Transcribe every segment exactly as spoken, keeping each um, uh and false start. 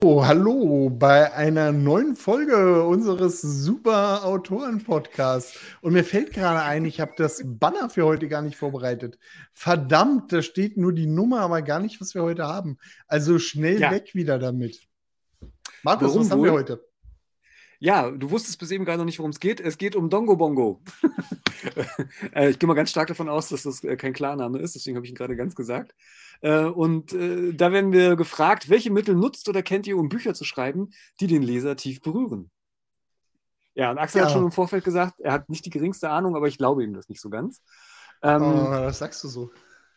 Oh, hallo bei einer neuen Folge unseres super Autoren-Podcasts. Und mir fällt gerade ein, ich habe das Banner für heute gar nicht vorbereitet. Verdammt, da steht nur die Nummer, aber gar nicht, was wir heute haben. Also schnell Ja. weg wieder damit. Markus, Warum was haben wir wohl? heute? Ja, du wusstest bis eben gerade noch nicht, worum es geht. Es geht um Dongo Bongo. Äh, ich gehe mal ganz stark davon aus, dass das äh, kein Klarname ist, deswegen habe ich ihn gerade ganz gesagt. Äh, Und äh, da werden wir gefragt, welche Mittel nutzt oder kennt ihr, um Bücher zu schreiben, die den Leser tief berühren? Ja, und Axel hat schon im Ja, Vorfeld gesagt, er hat nicht die geringste Ahnung, aber ich glaube ihm das nicht so ganz. äh, Ähm, das sagst du so.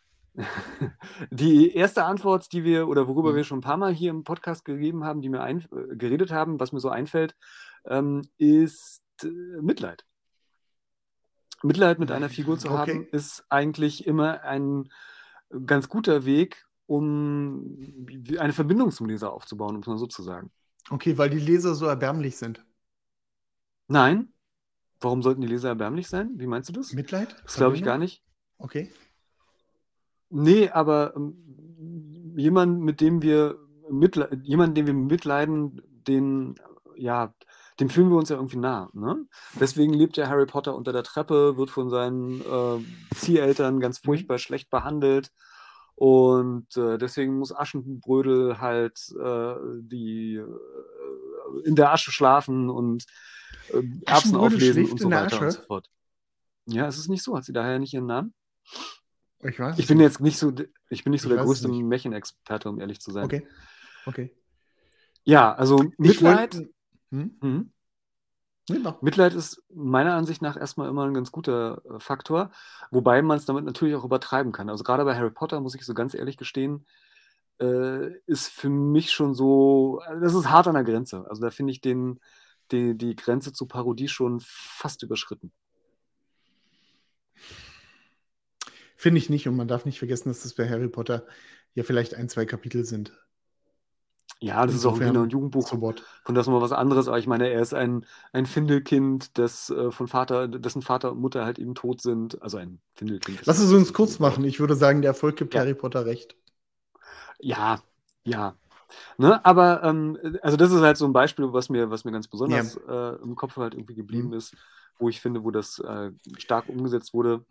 Die erste Antwort, die wir oder worüber Hm. wir schon ein paar Mal hier im Podcast gegeben haben, die mir ein, äh, geredet haben, was mir so einfällt, ähm, ist äh, Mitleid. Mitleid mit einer Figur zu haben, Okay. ist eigentlich immer ein ganz guter Weg, um eine Verbindung zum Leser aufzubauen, um es mal so zu sagen. Okay, weil die Leser so erbärmlich sind. Nein, warum sollten die Leser erbärmlich sein? Wie meinst du das? Mitleid? Das glaube ich gar Verbindung? nicht. Okay. Nee, aber ähm, jemand, mit dem wir mitle jemand, den wir mitleiden, den, ja, dem fühlen wir uns ja irgendwie nah, ne? Deswegen lebt ja Harry Potter unter der Treppe, wird von seinen äh, Zieheltern ganz Hm? furchtbar schlecht behandelt. Und äh, deswegen muss Aschenbrödel halt äh, die äh, in der Asche schlafen und äh, Erbsen Aschenbrödel auflesen und schläft in so der weiter und so Asche? fort. Ja, ist es nicht so? Hat sie daher nicht ihren Namen? Ich weiß Ich es bin nicht. jetzt nicht so, ich bin nicht so Ich der weiß es größte nicht. Märchenexperte, um ehrlich zu sein. Okay. Okay. Ja, also Ich Mitleid, wollte. Hm? hm, Nee, mach. Mitleid ist meiner Ansicht nach erstmal immer ein ganz guter äh, Faktor, wobei man es damit natürlich auch übertreiben kann. Also gerade bei Harry Potter, muss ich so ganz ehrlich gestehen, äh, ist für mich schon so, also das ist hart an der Grenze. Also da finde ich den, die, die Grenze zur Parodie schon fast überschritten. Finde ich nicht. Und man darf nicht vergessen, dass das bei Harry Potter ja vielleicht ein, zwei Kapitel sind. Ja, das ist auch ein Kinder- und Insofern, Jugendbuch, so what. von das mal was anderes, aber ich meine, er ist ein, ein Findelkind, das äh, von Vater, dessen Vater und Mutter halt eben tot sind. Also ein Findelkind ist Lass vielleicht es das uns richtige kurz Wort. machen. Ich würde sagen, der Erfolg gibt Ja, Harry Potter recht. ja, ja. Ne? Aber ähm, also das ist halt so ein Beispiel, was mir, was mir ganz Ja. besonders äh, im Kopf halt irgendwie Hm. geblieben ist, wo ich finde, wo das äh, stark umgesetzt wurde.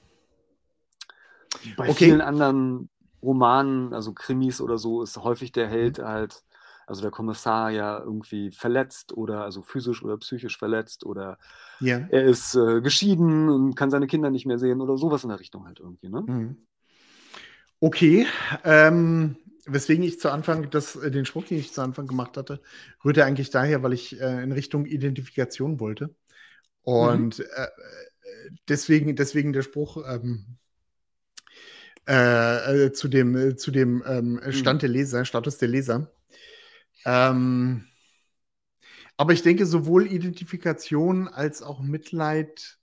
Bei vielen Okay. anderen Romanen, also Krimis oder so, ist häufig der Hm. Held halt, also der Kommissar ja irgendwie verletzt oder also physisch oder psychisch verletzt oder Ja. er ist äh, geschieden und kann seine Kinder nicht mehr sehen oder sowas in der Richtung halt irgendwie, ne? Hm. Okay. Ähm, weswegen ich zu Anfang das, äh, den Spruch, den ich zu Anfang gemacht hatte, rührte eigentlich daher, weil ich äh, in Richtung Identifikation wollte. Mhm. Und äh, deswegen, deswegen der Spruch, ähm, äh, äh, zu dem, äh, zu dem ähm, Mhm. Stand der Leser, Status der Leser. Ähm, aber ich denke, sowohl Identifikation als auch Mitleid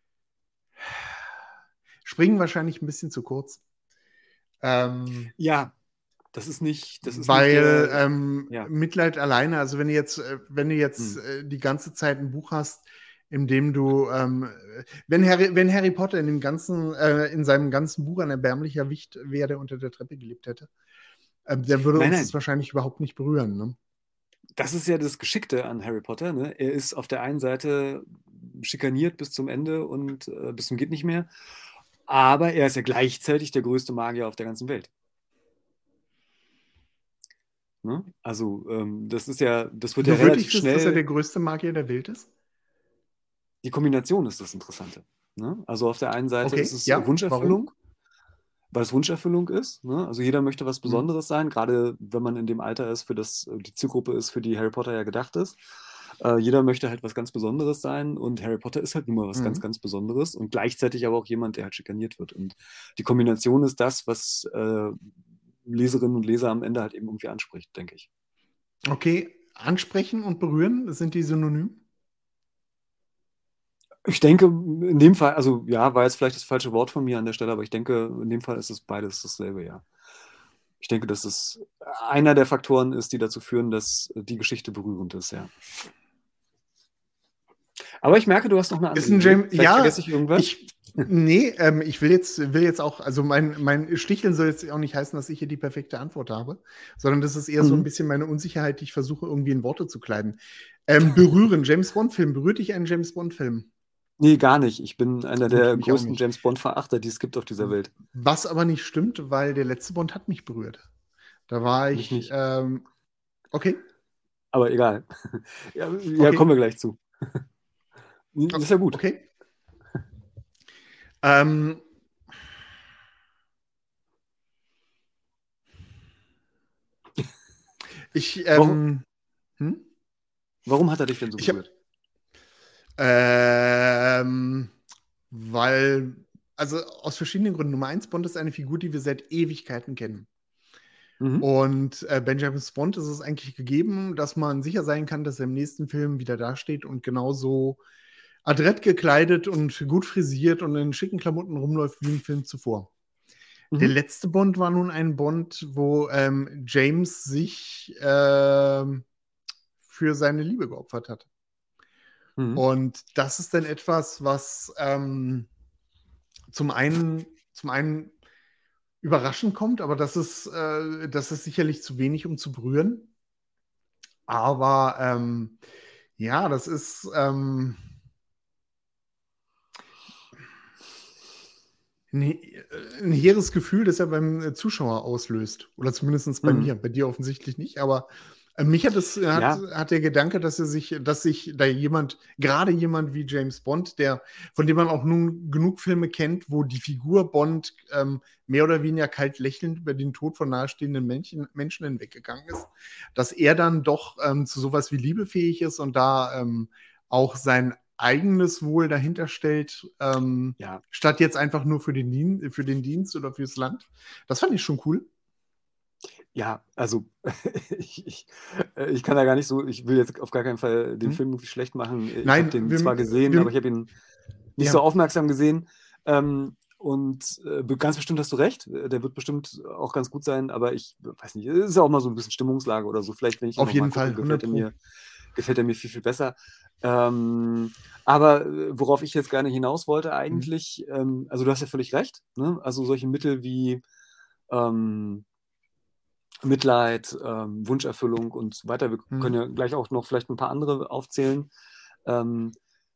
springen wahrscheinlich ein bisschen zu kurz. Ähm, Ja, das ist nicht, das ist nicht weil der, ähm, ja. Mitleid alleine, also wenn du jetzt, äh, wenn du jetzt Mhm. äh, die ganze Zeit ein Buch hast, in dem du, ähm, äh, wenn Harry, wenn Harry Potter in dem ganzen, äh, in seinem ganzen Buch ein erbärmlicher Wicht wäre, der unter der Treppe gelebt hätte, äh, der würde Nein, uns das nein. wahrscheinlich überhaupt nicht berühren. Ne? Das ist ja das Geschickte an Harry Potter, ne? Er ist auf der einen Seite schikaniert bis zum Ende und äh, bis zum geht nicht mehr, aber er ist ja gleichzeitig der größte Magier auf der ganzen Welt. Ne? Also ähm, das ist ja, das wird ja Du relativ wirklich bist, dass er der schnell, größte Magier der Welt ist? die Kombination ist das Interessante. Ne? Also auf der einen Seite ist Okay, es ja, warum? Wunscherfüllung, weil es Wunscherfüllung ist. Ne? Also jeder möchte was Hm. Besonderes sein, gerade wenn man in dem Alter ist, für das äh, die Zielgruppe ist, für die Harry Potter ja gedacht ist. Äh, jeder möchte halt was ganz Besonderes sein und Harry Potter ist halt nun mal was ganz, Hm. ganz Besonderes und gleichzeitig aber auch jemand, der halt schikaniert wird. Und die Kombination ist das, was äh, Leserinnen und Leser am Ende halt eben irgendwie anspricht, denke ich. Okay, ansprechen und berühren, sind die synonym? Ich denke, in dem Fall, also ja, war jetzt vielleicht das falsche Wort von mir an der Stelle, aber ich denke, in dem Fall ist es beides dasselbe, ja. Ich denke, dass es einer der Faktoren ist, die dazu führen, dass die Geschichte berührend ist, ja. Aber ich merke, du hast noch eine andere Ist ein Idee. James, Vielleicht ja, vergesse ich irgendwas. ich, nee, ähm, ich will jetzt, will jetzt auch, also mein, mein Sticheln soll jetzt auch nicht heißen, dass ich hier die perfekte Antwort habe, sondern das ist eher so ein Mhm. bisschen meine Unsicherheit, die ich versuche irgendwie in Worte zu kleiden. Ähm, berühren, James Bond-Film, berührt dich ein James Bond-Film? Nee, gar nicht. Ich bin einer Gut, der mich auch größten nicht. James Bond-Verachter, die es gibt auf dieser Welt. Was aber nicht stimmt, weil der letzte Bond hat mich berührt. Da war Mich ich, nicht. ähm, okay, Aber egal. Ja, ja, okay, kommen wir gleich zu. Das ist ja gut. okay. Ähm, ich, Warum, ähm, hm? warum hat er dich denn so Ich habe, berührt? ähm, weil, also aus verschiedenen Gründen. Nummer eins, Bond ist eine Figur, die wir seit Ewigkeiten kennen. Mhm. Und äh, Benjamin Bond ist es eigentlich gegeben, dass man sicher sein kann, dass er im nächsten Film wieder dasteht und genauso adrett gekleidet und gut frisiert und in schicken Klamotten rumläuft wie im Film zuvor. Der Mhm. letzte Bond war nun ein Bond, wo ähm, James sich ähm, für seine Liebe geopfert hat. Mhm. Und das ist dann etwas, was ähm, zum einen, zum einen überraschend kommt, aber das ist, äh, das ist sicherlich zu wenig, um zu berühren. Aber ähm, ja, das ist ähm, ein, ein hehres Gefühl, das er beim Zuschauer auslöst. Oder zumindest bei Mhm. mir, bei dir offensichtlich nicht. Aber äh, mich hat es, hat, Ja, hat der Gedanke, dass er sich, dass sich da jemand, gerade jemand wie James Bond, der, von dem man auch nun genug Filme kennt, wo die Figur Bond ähm, mehr oder weniger kalt lächelnd über den Tod von nahestehenden Menschen, Menschen hinweggegangen ist, dass er dann doch ähm, zu sowas wie Liebe fähig ist und da ähm, auch sein eigenes Wohl dahinter stellt, ähm, ja. statt jetzt einfach nur für den, Dien für den Dienst oder fürs Land. Das fand ich schon cool. Ja, also ich, ich, äh, ich kann da gar nicht so, ich will jetzt auf gar keinen Fall den Hm? Film irgendwie schlecht machen. Ich habe Nein, den wir, zwar gesehen, aber wir, ich habe ihn nicht so ja, aufmerksam gesehen. Ähm, und äh, be- ganz bestimmt hast du recht. Äh, Der wird bestimmt auch ganz gut sein, aber ich weiß nicht, es ist ja auch mal so ein bisschen Stimmungslage oder so. Vielleicht, wenn ich ihn auf nochmal jeden gucke, Fall, gefällt hundert er Pro. mir, gefällt er mir viel, viel besser. Ähm, aber äh, worauf ich jetzt gerne hinaus wollte Hm? eigentlich, ähm, also du hast ja völlig recht, ne? Also solche Mittel wie ähm, Mitleid, ähm, Wunscherfüllung und so weiter. Wir Hm? können ja gleich auch noch vielleicht ein paar andere aufzählen. Ähm,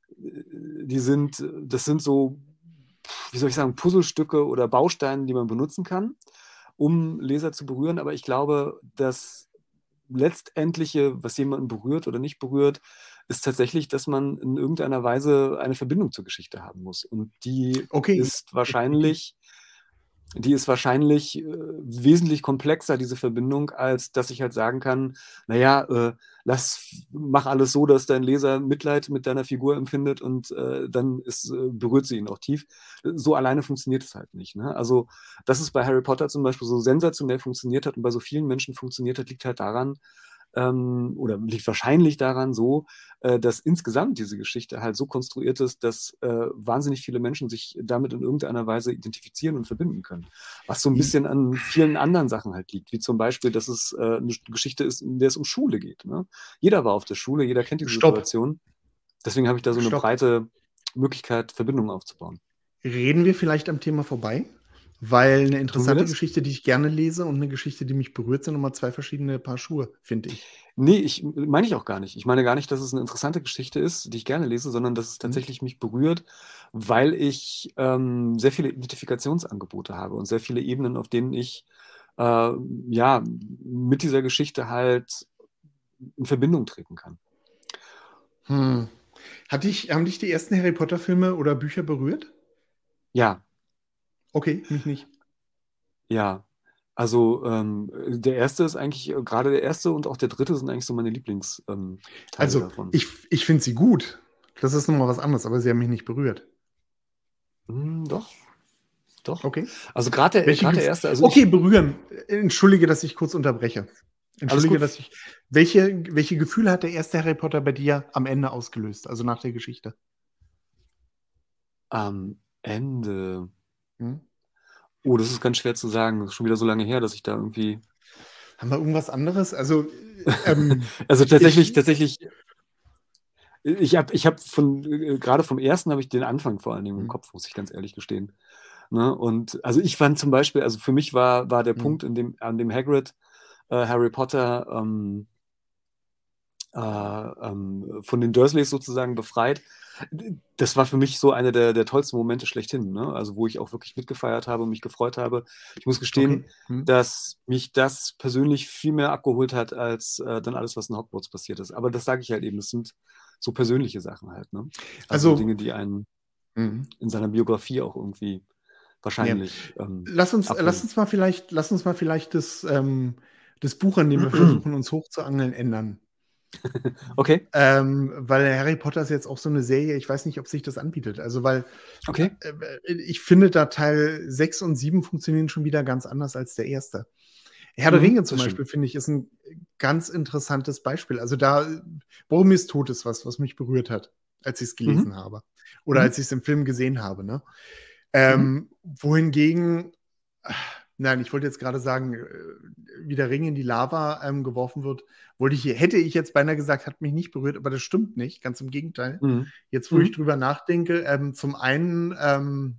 die sind, das sind so, wie soll ich sagen, Puzzlestücke oder Bausteine, die man benutzen kann, um Leser zu berühren. Aber ich glaube, das Letztendliche, was jemanden berührt oder nicht berührt, ist tatsächlich, dass man in irgendeiner Weise eine Verbindung zur Geschichte haben muss. Und die Okay, ist definitiv. wahrscheinlich die ist wahrscheinlich äh, wesentlich komplexer, diese Verbindung, als dass ich halt sagen kann, naja, äh, lass, mach alles so, dass dein Leser Mitleid mit deiner Figur empfindet und äh, dann ist, äh, berührt sie ihn auch tief. So alleine funktioniert es halt nicht. Ne? Also, dass es bei Harry Potter zum Beispiel so sensationell funktioniert hat und bei so vielen Menschen funktioniert hat, liegt halt daran, ähm, oder liegt wahrscheinlich daran so, äh, dass insgesamt diese Geschichte halt so konstruiert ist, dass äh, wahnsinnig viele Menschen sich damit in irgendeiner Weise identifizieren und verbinden können. Was so ein bisschen an vielen anderen Sachen halt liegt, wie zum Beispiel, dass es äh, eine Geschichte ist, in der es um Schule geht. Ne? Jeder war auf der Schule, jeder kennt diese Stopp, Situation. Deswegen habe ich da so eine stopp. breite Möglichkeit, Verbindungen aufzubauen. Reden wir vielleicht am Thema vorbei? Weil eine Tun wir interessante das? Geschichte, die ich gerne lese und eine Geschichte, die mich berührt, sind immer zwei verschiedene Paar Schuhe, finde ich. Nee, ich meine ich auch gar nicht. Ich meine gar nicht, dass es eine interessante Geschichte ist, die ich gerne lese, sondern dass es Hm? tatsächlich mich berührt, weil ich ähm, sehr viele Identifikationsangebote habe und sehr viele Ebenen, auf denen ich äh, ja mit dieser Geschichte halt in Verbindung treten kann. Hm. Hat dich, haben dich die ersten Harry Potter-Filme oder Bücher berührt? Ja, Okay, mich nicht. ja. Also ähm, der erste ist eigentlich, äh, gerade der erste und auch der dritte sind eigentlich so meine Lieblingsteile ähm, Teile Also, davon. ich, ich finde sie gut. Das ist nochmal was anderes, aber sie haben mich nicht berührt. Hm, doch, doch. Okay. Also gerade der, Welche gerade der Gef erste, also Okay, ich, berühren. Entschuldige, dass ich kurz unterbreche. alles Entschuldige, gut. dass ich. Welche, welche Gefühle hat der erste Harry Potter bei dir am Ende ausgelöst, also nach der Geschichte? Am Ende. Hm? Oh, das ist ganz schwer zu sagen. Das ist schon wieder so lange her, dass ich da irgendwie. Haben wir irgendwas anderes? Also, ähm, Also tatsächlich, ich. tatsächlich, Ich habe ich hab von, äh, gerade vom ersten habe ich den Anfang vor allen Dingen im Mhm. Kopf, muss ich ganz ehrlich gestehen. Ne? Und also ich fand zum Beispiel, also für mich war, war der Mhm. Punkt, in dem, an dem Hagrid äh, Harry Potter ähm, äh, ähm, von den Dursleys sozusagen befreit. Das war für mich so einer der, der tollsten Momente schlechthin, ne? Also wo ich auch wirklich mitgefeiert habe und mich gefreut habe. Ich muss gestehen, Okay. Mhm. dass mich das persönlich viel mehr abgeholt hat, als äh, dann alles, was in Hogwarts passiert ist. Aber das sage ich halt eben, das sind so persönliche Sachen halt, ne? Also Dinge, Also, die einen mhm. in seiner Biografie auch irgendwie Ja. wahrscheinlich ähm, Lass uns, lass abholen. uns mal vielleicht, lass uns mal vielleicht das, ähm, das Buch, an dem wir versuchen, uns hochzuangeln, ändern. Okay, Ähm, weil Harry Potter ist jetzt auch so eine Serie, ich weiß nicht, ob sich das anbietet. Also, weil okay. äh, ich finde, da Teil sechs und sieben funktionieren schon wieder ganz anders als der erste. Herr der Mhm, Ringe zum das stimmt. Beispiel, finde ich, ist ein ganz interessantes Beispiel. Also da, Boromirs Tod ist was, was mich berührt hat, als ich es gelesen Mhm. habe. Oder Mhm. als ich es im Film gesehen habe. Ne? Mhm. Ähm, wohingegen, nein, ich wollte jetzt gerade sagen, äh, wie der Ring in die Lava ähm, geworfen wird, wollte ich, hätte ich jetzt beinahe gesagt, hat mich nicht berührt, aber das stimmt nicht, ganz im Gegenteil. Mhm. Jetzt, wo Mhm. ich drüber nachdenke, ähm, zum einen, ähm,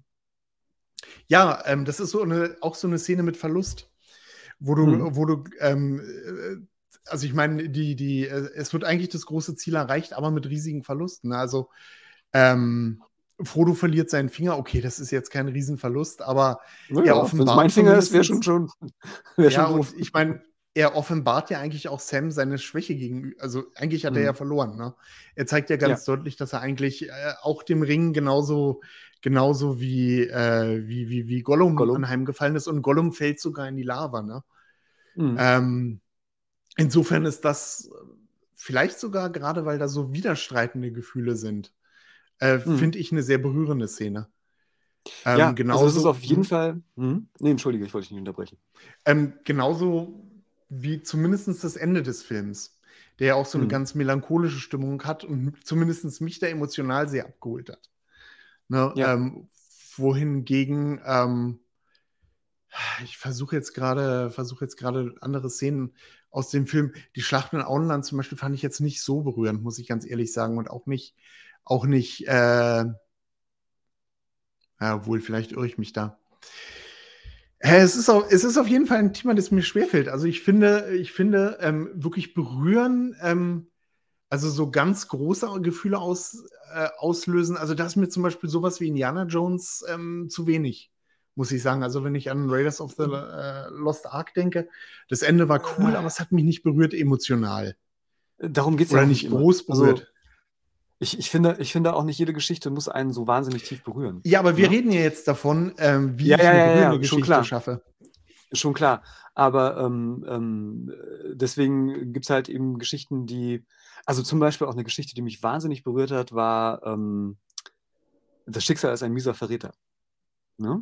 ja, ähm, das ist so eine, auch so eine Szene mit Verlust, wo du, Mhm. wo du, ähm, äh, also ich meine, die, die, äh, es wird eigentlich das große Ziel erreicht, aber mit riesigen Verlusten. Ne? Also ähm, Frodo verliert seinen Finger, okay, das ist jetzt kein Riesenverlust, aber er Naja, wenn es mein offenbart Finger ist, wäre schon, zumindest, schon, wär ja, schon und doof. ich meine, er offenbart ja eigentlich auch Sam seine Schwäche gegenüber, also eigentlich hat er ja Mhm. verloren, ne? Er zeigt ja Ja. ganz deutlich, dass er eigentlich äh, auch dem Ring genauso, genauso wie, äh, wie, wie, wie Gollum Gollum. anheimgefallen ist und Gollum fällt sogar in die Lava, ne? Mhm. Ähm, insofern ist das vielleicht sogar, gerade weil da so widerstreitende Gefühle sind, äh, Mhm. finde ich eine sehr berührende Szene. Ähm, Ja, also das ist genauso, auf jeden hm, Fall. Mhm. Nee, entschuldige, ich wollte dich nicht unterbrechen. ähm, genauso wie zumindest das Ende des Films, der ja auch so eine Mhm. ganz melancholische Stimmung hat und zumindest mich da emotional sehr abgeholt hat. Ne? Ja. Ähm, wohingegen, ähm, ich versuche jetzt gerade, versuche jetzt gerade andere Szenen aus dem Film. Die Schlacht in Auenland zum Beispiel fand ich jetzt nicht so berührend, muss ich ganz ehrlich sagen. Und auch nicht, auch nicht, äh, ja, obwohl, vielleicht irre ich mich da. Äh, Es ist, auch, es ist auf jeden Fall ein Thema, das mir schwerfällt. Also ich finde, ich finde ähm, wirklich berühren, ähm, also so ganz große Gefühle aus, äh, auslösen. Also da ist mir zum Beispiel sowas wie Indiana Jones ähm, zu wenig, muss ich sagen. Also wenn ich an Raiders of the äh, Lost Ark denke, das Ende war cool, aber es hat mich nicht berührt emotional. Darum geht es ja Oder auch nicht nicht immer. groß Also berührt. ich, ich, finde, ich finde auch nicht jede Geschichte muss einen so wahnsinnig tief berühren. Ja, aber wir Ne? reden ja jetzt davon, ähm, wie Ja, ich ja, eine ja, berührende ja, schon Geschichte klar. schaffe. Schon klar. Aber ähm, ähm, deswegen gibt es halt eben Geschichten, die. Also zum Beispiel auch eine Geschichte, die mich wahnsinnig berührt hat, war ähm, Das Schicksal ist ein mieser Verräter. Ne?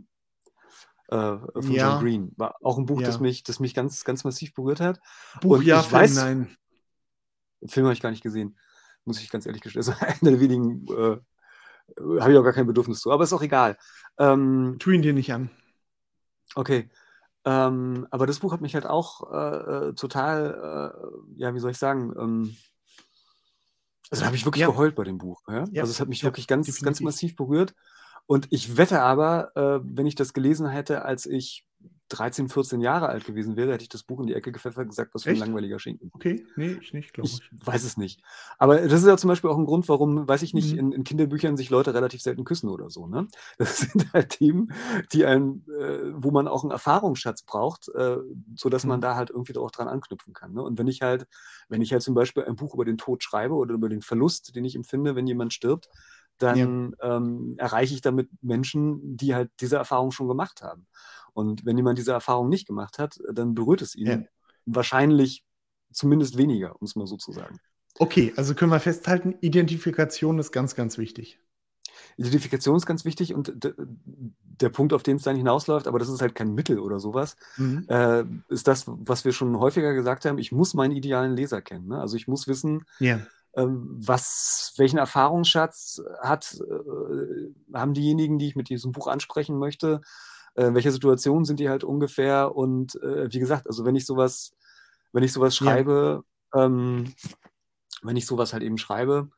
Äh, von John Ja, Green. War auch ein Buch, das ja. mich, das mich ganz, ganz massiv berührt hat. Buch Und ja, ich Film weiß, nein. den Film habe ich gar nicht gesehen, muss ich ganz ehrlich gestehen. Das ist einer der wenigen, äh, habe ich auch gar kein Bedürfnis zu, aber ist auch egal. Ähm, Tu ihn dir nicht an. okay. Ähm, aber das Buch hat mich halt auch äh, äh, total, äh, ja, wie soll ich sagen, ähm, also da habe ich wirklich Ja, geheult bei dem Buch. Ja? ja, Also es hat mich ja, wirklich ganz, ganz definitiv. massiv berührt. Und ich wette aber, äh, wenn ich das gelesen hätte, als ich dreizehn, vierzehn Jahre alt gewesen wäre, hätte ich das Buch in die Ecke gepfeffert und gesagt, was für ein Echt? langweiliger Schinken. Okay, nee, ich nicht, glaube Ich ich. weiß es nicht. Aber das ist ja zum Beispiel auch ein Grund, warum, weiß ich nicht, Mhm. in, in Kinderbüchern sich Leute relativ selten küssen oder so. Ne? Das sind halt Themen, die einen, äh, wo man auch einen Erfahrungsschatz braucht, äh, sodass man Mhm. da halt irgendwie auch dran anknüpfen kann. Ne? Und wenn ich halt, wenn ich halt zum Beispiel ein Buch über den Tod schreibe oder über den Verlust, den ich empfinde, wenn jemand stirbt, Ja, dann ähm, erreiche ich damit Menschen, die halt diese Erfahrung schon gemacht haben. Und wenn jemand diese Erfahrung nicht gemacht hat, dann berührt es ja. ihn wahrscheinlich zumindest weniger, um es mal so zu sagen. Okay, also können wir festhalten, Identifikation ist ganz, ganz wichtig. Identifikation ist ganz wichtig und d- der Punkt, auf den es dann hinausläuft, aber das ist halt kein Mittel oder sowas, Mhm. äh, ist das, was wir schon häufiger gesagt haben, ich muss meinen idealen Leser kennen. Ne? Also ich muss wissen, Ja, ähm, was, welchen Erfahrungsschatz hat, äh, haben diejenigen, die ich mit diesem Buch ansprechen möchte, äh, in welcher Situation sind die halt ungefähr und äh, wie gesagt, also wenn ich sowas, wenn ich sowas ja. schreibe, ähm, wenn ich sowas halt eben schreibe,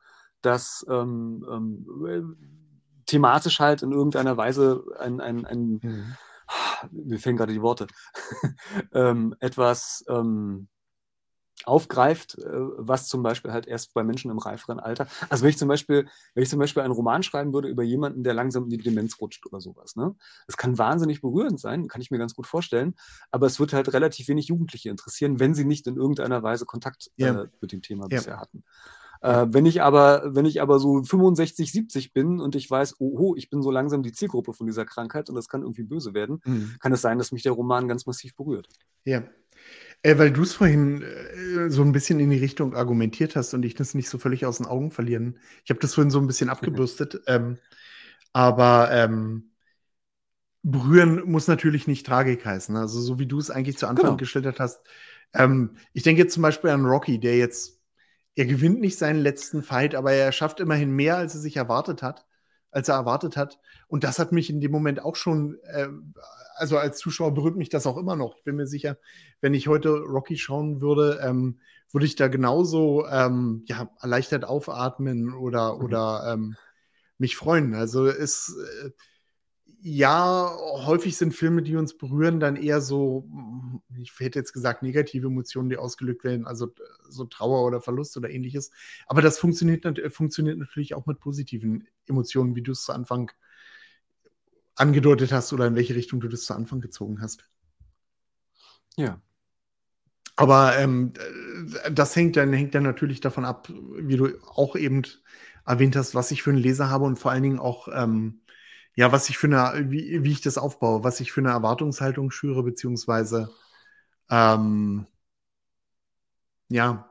dass ähm, ähm, thematisch halt in irgendeiner Weise ein, ein, ein Mhm. mir fehlen gerade die Worte, ähm, etwas ähm, aufgreift, äh, was zum Beispiel halt erst bei Menschen im reiferen Alter, also wenn ich zum Beispiel, wenn ich zum Beispiel einen Roman schreiben würde über jemanden, der langsam in die Demenz rutscht oder sowas, ne? Das kann wahnsinnig berührend sein, kann ich mir ganz gut vorstellen, aber es wird halt relativ wenig Jugendliche interessieren, wenn sie nicht in irgendeiner Weise Kontakt Ja, äh, mit dem Thema ja, bisher hatten. ja. Äh, wenn ich aber, wenn ich aber so fünfundsechzig, siebzig bin und ich weiß, oho, ich bin so langsam die Zielgruppe von dieser Krankheit und das kann irgendwie böse werden, Mhm. kann es sein, dass mich der Roman ganz massiv berührt. Ja. Äh, weil du es vorhin äh, so ein bisschen in die Richtung argumentiert hast und ich das nicht so völlig aus den Augen verlieren. Ich habe das vorhin so ein bisschen abgebürstet, ähm, aber ähm, berühren muss natürlich nicht Tragik heißen. Also so wie du es eigentlich zu Anfang Genau. geschildert hast. Ähm, ich denke jetzt zum Beispiel an Rocky, der jetzt, er gewinnt nicht seinen letzten Fight, aber er schafft immerhin mehr, als er sich erwartet hat, als er erwartet hat. Und das hat mich in dem Moment auch schon, äh, also als Zuschauer berührt mich das auch immer noch. Ich bin mir sicher, wenn ich heute Rocky schauen würde, ähm, würde ich da genauso ähm, ja, erleichtert aufatmen oder, Mhm. oder ähm, mich freuen. Also es äh, ja, häufig sind Filme, die uns berühren, dann eher so, ich hätte jetzt gesagt, negative Emotionen, die ausgelöst werden, also so Trauer oder Verlust oder ähnliches. Aber das funktioniert, nat- funktioniert natürlich auch mit positiven Emotionen, wie du es zu Anfang angedeutet hast oder in welche Richtung du das zu Anfang gezogen hast. Ja. Aber ähm, das hängt dann, hängt dann natürlich davon ab, wie du auch eben erwähnt hast, was ich für einen Leser habe und vor allen Dingen auch, ähm, ja, was ich für eine, wie, wie ich das aufbaue, was ich für eine Erwartungshaltung schüre, beziehungsweise, ähm, ja,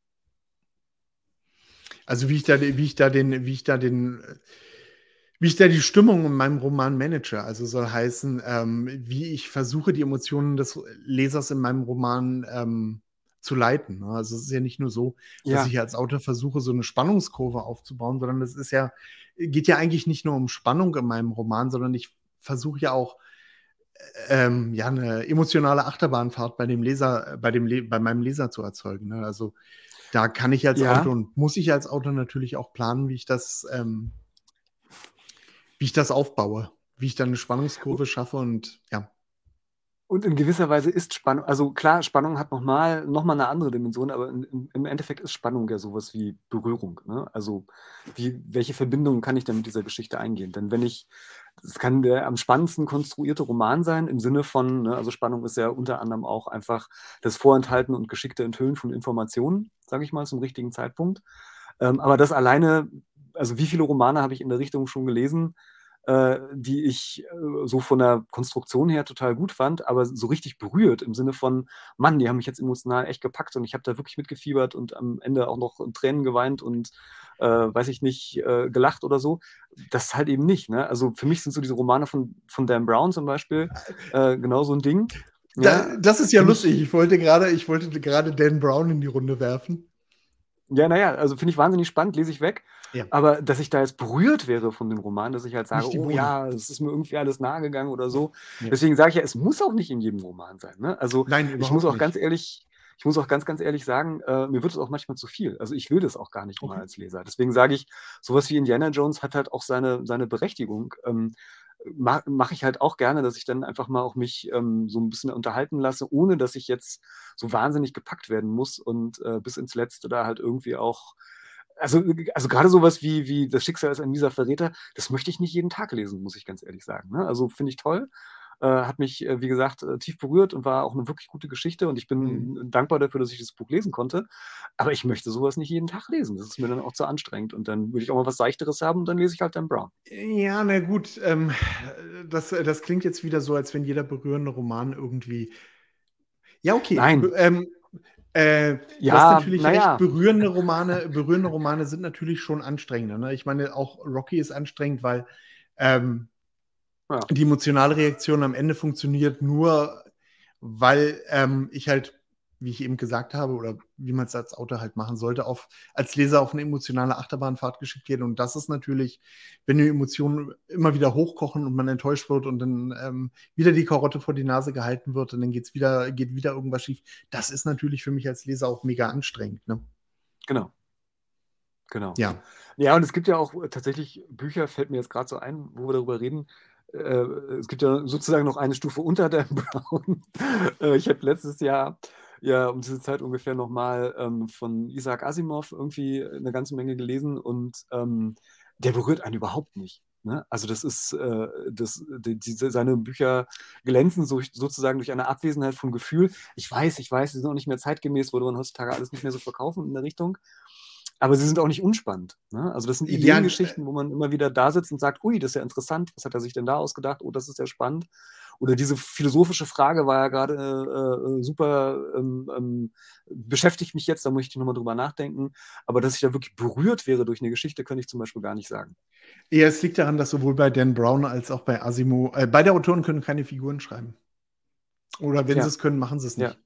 also wie ich da, wie ich da den, wie ich da den, wie ich da die Stimmung in meinem Roman manage. Also soll heißen, ähm, wie ich versuche, die Emotionen des Lesers in meinem Roman ähm, zu leiten. Ne? Also es ist ja nicht nur so, dass Ja. ich als Autor versuche, so eine Spannungskurve aufzubauen, sondern es ist ja, geht ja eigentlich nicht nur um Spannung in meinem Roman, sondern ich versuche ja auch ähm, ja, eine emotionale Achterbahnfahrt bei dem Leser, bei dem Le bei meinem Leser zu erzeugen. Ne? Also da kann ich als Ja. Autor und muss ich als Autor natürlich auch planen, wie ich das, ähm, wie ich das aufbaue, wie ich dann eine Spannungskurve schaffe und ja. Und in gewisser Weise ist Spannung, also klar, Spannung hat nochmal noch mal eine andere Dimension, aber in, in, im Endeffekt ist Spannung ja sowas wie Berührung. Ne? Also wie, welche Verbindungen kann ich denn mit dieser Geschichte eingehen? Denn wenn ich, es kann der am spannendsten konstruierte Roman sein, im Sinne von, ne, also Spannung ist ja unter anderem auch einfach das Vorenthalten und geschickte Enthüllen von Informationen, sage ich mal, zum richtigen Zeitpunkt. Ähm, aber das alleine, also wie viele Romane habe ich in der Richtung schon gelesen, äh, die ich äh, so von der Konstruktion her total gut fand, aber so richtig berührt im Sinne von, Mann, die haben mich jetzt emotional echt gepackt und ich habe da wirklich mitgefiebert und am Ende auch noch in Tränen geweint und äh, weiß ich nicht, äh, gelacht oder so. Das halt eben nicht. Ne? Also für mich sind so diese Romane von, von Dan Brown zum Beispiel äh, genau so ein Ding. Da, Ja, das ist ja finde lustig. ich, Ich wollte gerade, ich wollte gerade Dan Brown in die Runde werfen. ja, naja, also finde ich wahnsinnig spannend, lese ich weg. Ja, Aber dass ich da jetzt berührt wäre von dem Roman, dass ich halt sage, nicht die oh Bohne. ja, es ist mir irgendwie alles nahegegangen oder so. Ja. Deswegen sage ich ja, es muss auch nicht in jedem Roman sein. Ne? Also Nein, ich muss überhaupt auch ganz nicht. ehrlich, ich muss auch ganz, ganz ehrlich sagen, äh, mir wird es auch manchmal zu viel. Also ich will das auch gar nicht immer Okay. als Leser. Deswegen sage ich, sowas wie Indiana Jones hat halt auch seine, seine Berechtigung. Ähm, Mache mach ich halt auch gerne, dass ich dann einfach mal auch mich ähm, so ein bisschen unterhalten lasse, ohne dass ich jetzt so wahnsinnig gepackt werden muss und äh, bis ins Letzte da halt irgendwie auch, also, also gerade sowas wie, wie Das Schicksal ist ein mieser Verräter, das möchte ich nicht jeden Tag lesen, muss ich ganz ehrlich sagen. Ne? Also finde ich toll. Äh, hat mich, äh, wie gesagt, äh, tief berührt und war auch eine wirklich gute Geschichte und ich Mhm. bin dankbar dafür, dass ich das Buch lesen konnte. Aber ich möchte sowas nicht jeden Tag lesen. Das ist mir dann auch zu anstrengend. Und dann würde ich auch mal was Seichteres haben und dann lese ich halt Dan Brown. Ja, na gut, ähm, das, das klingt jetzt wieder so, als wenn jeder berührende Roman irgendwie. Ja, okay. Nein, Be- ähm, äh, du hast ja, natürlich recht, naja, berührende Romane, berührende Romane sind natürlich schon anstrengender. Ne? Ich meine, auch Rocky ist anstrengend, weil ähm, ja. die emotionale Reaktion am Ende funktioniert nur, weil ähm, ich halt, wie ich eben gesagt habe, oder wie man es als Autor halt machen sollte, auf, als Leser auf eine emotionale Achterbahnfahrt geschickt wird. Und das ist natürlich, wenn die Emotionen immer wieder hochkochen und man enttäuscht wird und dann ähm, wieder die Karotte vor die Nase gehalten wird und dann geht's wieder, geht wieder irgendwas schief. Das ist natürlich für mich als Leser auch mega anstrengend. Ne? Genau, genau. Ja. Ja, und es gibt ja auch tatsächlich Bücher, fällt mir jetzt gerade so ein, wo wir darüber reden. Äh, es gibt ja sozusagen noch eine Stufe unter Dan Brown. äh, ich habe letztes Jahr ja um diese Zeit ungefähr nochmal ähm, von Isaac Asimov irgendwie eine ganze Menge gelesen und ähm, der berührt einen überhaupt nicht. Ne? Also das ist, äh, das, die, diese, seine Bücher glänzen so, sozusagen durch eine Abwesenheit von Gefühl. Ich weiß, ich weiß, sie sind auch nicht mehr zeitgemäß, würde man heutzutage alles nicht mehr so verkaufen in der Richtung. Aber sie sind auch nicht unspannend. Ne? Also das sind Ja, Ideengeschichten, wo man immer wieder da sitzt und sagt, ui, das ist ja interessant, was hat er sich denn da ausgedacht? Oh, das ist ja spannend. Oder diese philosophische Frage war ja gerade äh, äh, super, ähm, ähm, beschäftigt mich jetzt, da muss ich nochmal drüber nachdenken. Aber dass ich da wirklich berührt wäre durch eine Geschichte, könnte ich zum Beispiel gar nicht sagen. ja, es liegt daran, dass sowohl bei Dan Brown als auch bei Asimov, äh, beide Autoren können keine Figuren schreiben. Oder wenn Ja. sie es können, machen sie es nicht. Ja.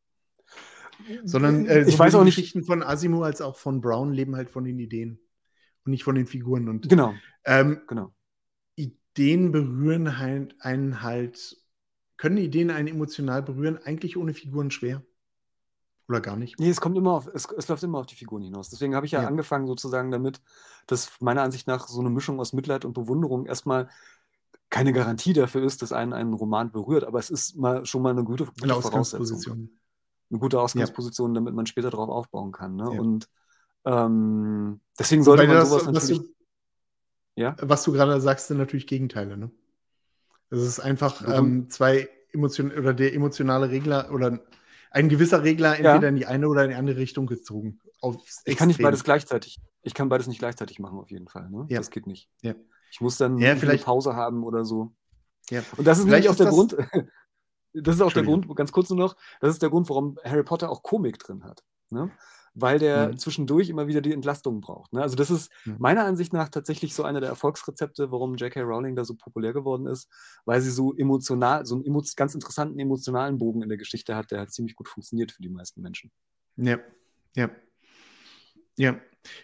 Sondern äh, Ich sowohl weiß die auch nicht. Geschichten von Asimov als auch von Brown leben halt von den Ideen und nicht von den Figuren. Und Genau. ähm, genau. Ideen berühren halt einen halt, können Ideen einen emotional berühren, eigentlich ohne Figuren schwer. Oder gar nicht. Nee, es kommt immer auf, es, es läuft immer auf die Figuren hinaus. Deswegen habe ich ja, Ja. angefangen sozusagen damit, dass meiner Ansicht nach so eine Mischung aus Mitleid und Bewunderung erstmal keine Garantie dafür ist, dass einen ein Roman berührt, aber es ist mal schon mal eine gute, gute Eine Voraussetzung. Ausgangsposition. Eine gute Ausgangsposition, damit man später darauf aufbauen kann. Ne? Ja. Und ähm, deswegen sollte Wobei man das, sowas was natürlich. du, Ja? was du gerade sagst, sind natürlich Gegenteile. Ne? Das ist einfach Du- ähm, zwei Emotionen oder der emotionale Regler oder ein gewisser Regler Ja. entweder in die eine oder in die andere Richtung gezogen. Aufs Ich kann nicht Extrem. beides gleichzeitig. Ich kann beides nicht gleichzeitig machen, auf jeden Fall. Ne? Ja. Das geht nicht. Ja. Ich muss dann Ja, irgendwie eine vielleicht- Pause haben oder so. Ja. Und das ist Vielleicht nämlich auch ist der das- Grund, das ist auch der Entschuldigung. Grund, ganz kurz nur noch, das ist der Grund, warum Harry Potter auch Komik drin hat. Ne? Weil der Mhm. zwischendurch immer wieder die Entlastung braucht. Ne? Also das ist Mhm. meiner Ansicht nach tatsächlich so einer der Erfolgsrezepte, warum J K. Rowling da so populär geworden ist, weil sie so emotional, so einen emo ganz interessanten emotionalen Bogen in der Geschichte hat, der halt ziemlich gut funktioniert für die meisten Menschen. Ja, ja. Ja.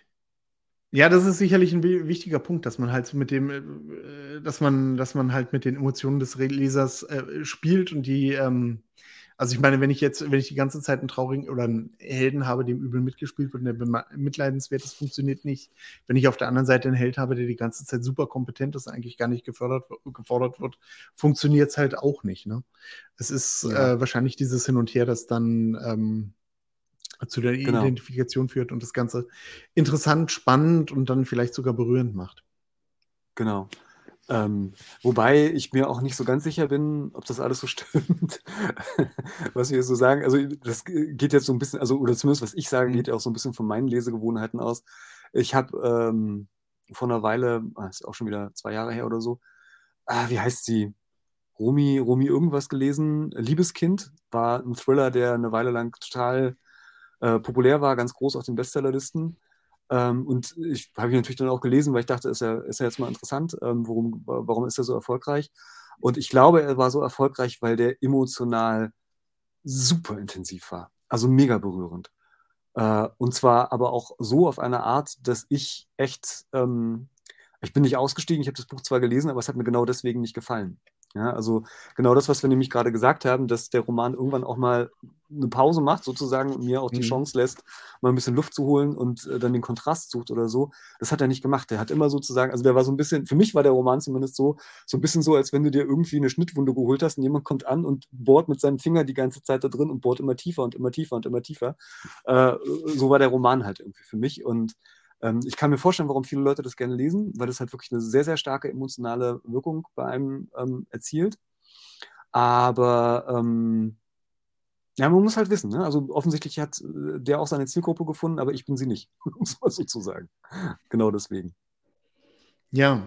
Ja, das ist sicherlich ein wi- wichtiger Punkt, dass man halt so mit dem, äh, dass man, dass man halt mit den Emotionen des Re- Lesers äh, spielt und die, ähm, also ich meine, wenn ich jetzt, wenn ich die ganze Zeit einen traurigen oder einen Helden habe, dem übel mitgespielt wird und der bema- mitleidenswert ist, funktioniert nicht. Wenn ich auf der anderen Seite einen Held habe, der die ganze Zeit super kompetent ist, eigentlich gar nicht gefördert, gefordert wird, funktioniert es halt auch nicht. Ne? Es ist Ja. äh, wahrscheinlich dieses Hin und Her, das dann ähm, zu der Genau. Identifikation führt und das Ganze interessant, spannend und dann vielleicht sogar berührend macht. Genau. Ähm, wobei ich mir auch nicht so ganz sicher bin, ob das alles so stimmt, was wir so sagen. Also das geht jetzt so ein bisschen, also oder zumindest was ich sage, Mhm. geht ja auch so ein bisschen von meinen Lesegewohnheiten aus. Ich habe ähm, vor einer Weile, ah, ist auch schon wieder zwei Jahre her oder so, ah, wie heißt sie? Romy, Romy irgendwas gelesen. Liebeskind war ein Thriller, der eine Weile lang total äh, populär war, ganz groß auf den Bestsellerlisten. Ähm, und ich habe ihn natürlich dann auch gelesen, weil ich dachte, ist ja, ist ja jetzt mal interessant, ähm, worum, warum ist er so erfolgreich? Und ich glaube, er war so erfolgreich, weil der emotional super intensiv war. Also mega berührend. Äh, und zwar aber auch so auf eine Art, dass ich echt, ähm, ich bin nicht ausgestiegen, ich habe das Buch zwar gelesen, aber es hat mir genau deswegen nicht gefallen. Ja, also genau das, was wir nämlich gerade gesagt haben, dass der Roman irgendwann auch mal eine Pause macht, sozusagen, und mir auch die Mhm. Chance lässt, mal ein bisschen Luft zu holen und äh, dann den Kontrast sucht oder so. Das hat er nicht gemacht. Der hat immer sozusagen, also der war so ein bisschen, für mich war der Roman zumindest so, so ein bisschen so, als wenn du dir irgendwie eine Schnittwunde geholt hast und jemand kommt an und bohrt mit seinem Finger die ganze Zeit da drin und bohrt immer tiefer und immer tiefer und immer tiefer. Äh, so war der Roman halt irgendwie für mich. Und ähm, ich kann mir vorstellen, warum viele Leute das gerne lesen, weil das halt wirklich eine sehr, sehr starke emotionale Wirkung bei einem ähm, erzielt. Aber ähm, ja, man muss halt wissen, ne? Also offensichtlich hat äh, der auch seine Zielgruppe gefunden, aber ich bin sie nicht, muss man sozusagen. Genau deswegen. Ja.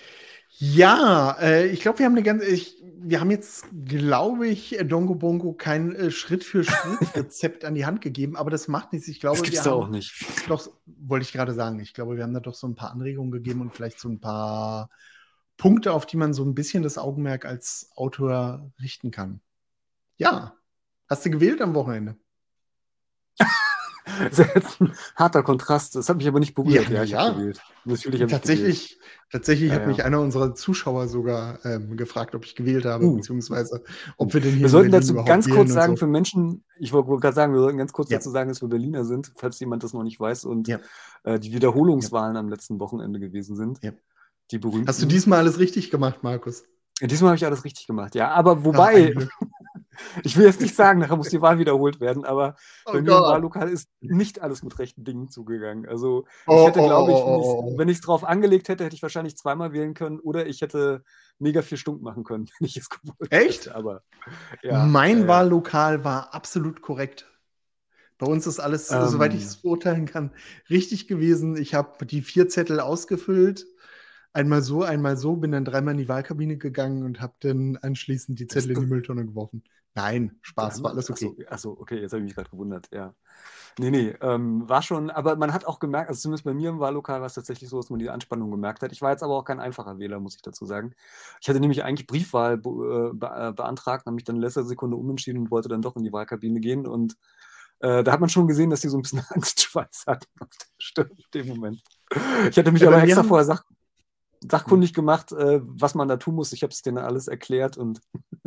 Ja, äh, ich glaube, wir haben eine ganze, ich, wir haben jetzt, glaube ich, äh, Dongo Bongo kein äh, Schritt-für-Schritt-Rezept an die Hand gegeben, aber das macht nichts. Ich glaube, Das gibt's wir da haben auch nicht. doch, wollte ich gerade sagen, ich glaube, wir haben da doch so ein paar Anregungen gegeben und vielleicht so ein paar Punkte, auf die man so ein bisschen das Augenmerk als Autor richten kann. Ja. Hast du gewählt am Wochenende? Das ist jetzt ein harter Kontrast. Das hat mich aber nicht berührt. Ja, Ja, ich ja. habe gewählt. Natürlich habe ich gewählt. Tatsächlich, tatsächlich Ja, hat ja. mich einer unserer Zuschauer sogar ähm, gefragt, ob ich gewählt habe, Uh. beziehungsweise ob wir denn hier Wir in sollten Berlin dazu überhaupt ganz wählen kurz und sagen, so. für Menschen, ich wollte gerade sagen, wir sollten ganz kurz Ja. dazu sagen, dass wir Berliner sind, falls jemand das noch nicht weiß und Ja. äh, die Wiederholungswahlen am letzten Wochenende gewesen sind. Ja. Die berühmten. Hast du diesmal alles richtig gemacht, Markus? Ja, diesmal habe ich alles richtig gemacht, ja. Aber Ach, ein wobei, Glück. ich will jetzt nicht sagen, nachher muss die Wahl wiederholt werden, aber Oh bei mir im Gott. Wahllokal ist nicht alles mit rechten Dingen zugegangen. Also ich Oh, hätte, oh, glaube ich, oh, wenn oh, ich's, oh, oh. wenn ich es drauf angelegt hätte, hätte ich wahrscheinlich zweimal wählen können oder ich hätte mega viel stunk machen können, wenn ich es gewollt Echt? hätte. Aber ja, Mein ja, ja. Wahllokal war absolut korrekt. Bei uns ist alles, Ähm. soweit ich es beurteilen kann, richtig gewesen. Ich habe die vier Zettel ausgefüllt. Einmal so, einmal so, bin dann dreimal in die Wahlkabine gegangen und habe dann anschließend die Zettel in die Mülltonne geworfen. Nein, Spaß, war alles okay. Achso, achso, okay, jetzt habe ich mich gerade gewundert, ja. Nee, nee, ähm, war schon, aber man hat auch gemerkt, also zumindest bei mir im Wahllokal war es tatsächlich so, dass man die Anspannung gemerkt hat. Ich war jetzt aber auch kein einfacher Wähler, muss ich dazu sagen. Ich hatte nämlich eigentlich Briefwahl be be beantragt, habe mich dann in letzter Sekunde umentschieden und wollte dann doch in die Wahlkabine gehen und äh, da hat man schon gesehen, dass die so ein bisschen Angstschweiß hatten auf der Stirn in dem Moment. Ich hatte mich Ja, bei aber mir extra haben- vorher sach sachkundig gemacht, äh, was man da tun muss. Ich habe es denen alles erklärt und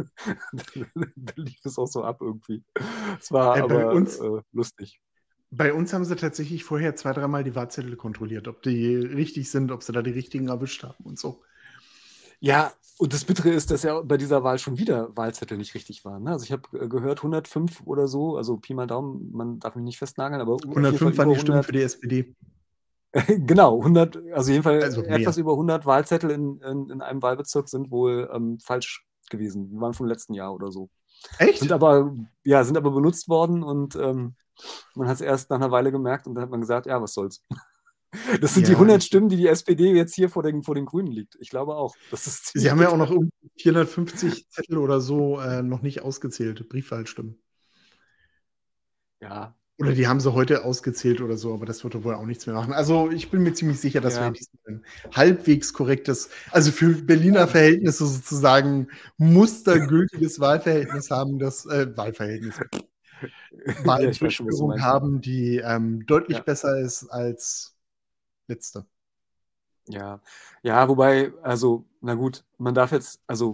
da lief es auch so ab irgendwie. Es war Äh, bei aber uns- äh, lustig. Bei uns haben sie tatsächlich vorher zwei, dreimal die Wahlzettel kontrolliert, ob die richtig sind, ob sie da die richtigen erwischt haben und so. Ja, und das Bittere ist, dass ja bei dieser Wahl schon wieder Wahlzettel nicht richtig waren. Ne? Also ich habe äh, gehört, hundertfünf oder so, also Pi mal Daumen, man darf mich nicht festnageln, aber auf jeden Fall hundertfünf waren über die Stimmen hundert, für die S P D. genau, hundert, also jedenfalls Also mehr. etwas über hundert Wahlzettel in, in, in einem Wahlbezirk sind wohl ähm, falsch gewesen. Die waren vom letzten Jahr oder so. Echt? Sind aber, ja, sind aber benutzt worden und ähm, man hat es erst nach einer Weile gemerkt und dann hat man gesagt, ja, was soll's. Das sind Ja, die hundert ich- Stimmen, die die S P D jetzt hier vor den, vor den Grünen liegt. Ich glaube auch. Das ist Sie ziemlich haben ja auch bitter. noch irgendwie vierhundertfünfzig Zettel oder so äh, noch nicht ausgezählt, Briefwahlstimmen. Ja, Oder die haben sie heute ausgezählt oder so, aber das wird wohl auch nichts mehr machen. Also ich bin mir ziemlich sicher, dass Ja. wir diesmal ein halbwegs korrektes, also für Berliner Verhältnisse sozusagen mustergültiges Wahlverhältnis haben, das äh, Wahlverhältnis, ja, ich weiß schon, was du Wahldurchführung meinst. haben, die ähm, deutlich Ja. besser ist als letzte. Ja, ja, wobei, also, na gut, man darf jetzt, also,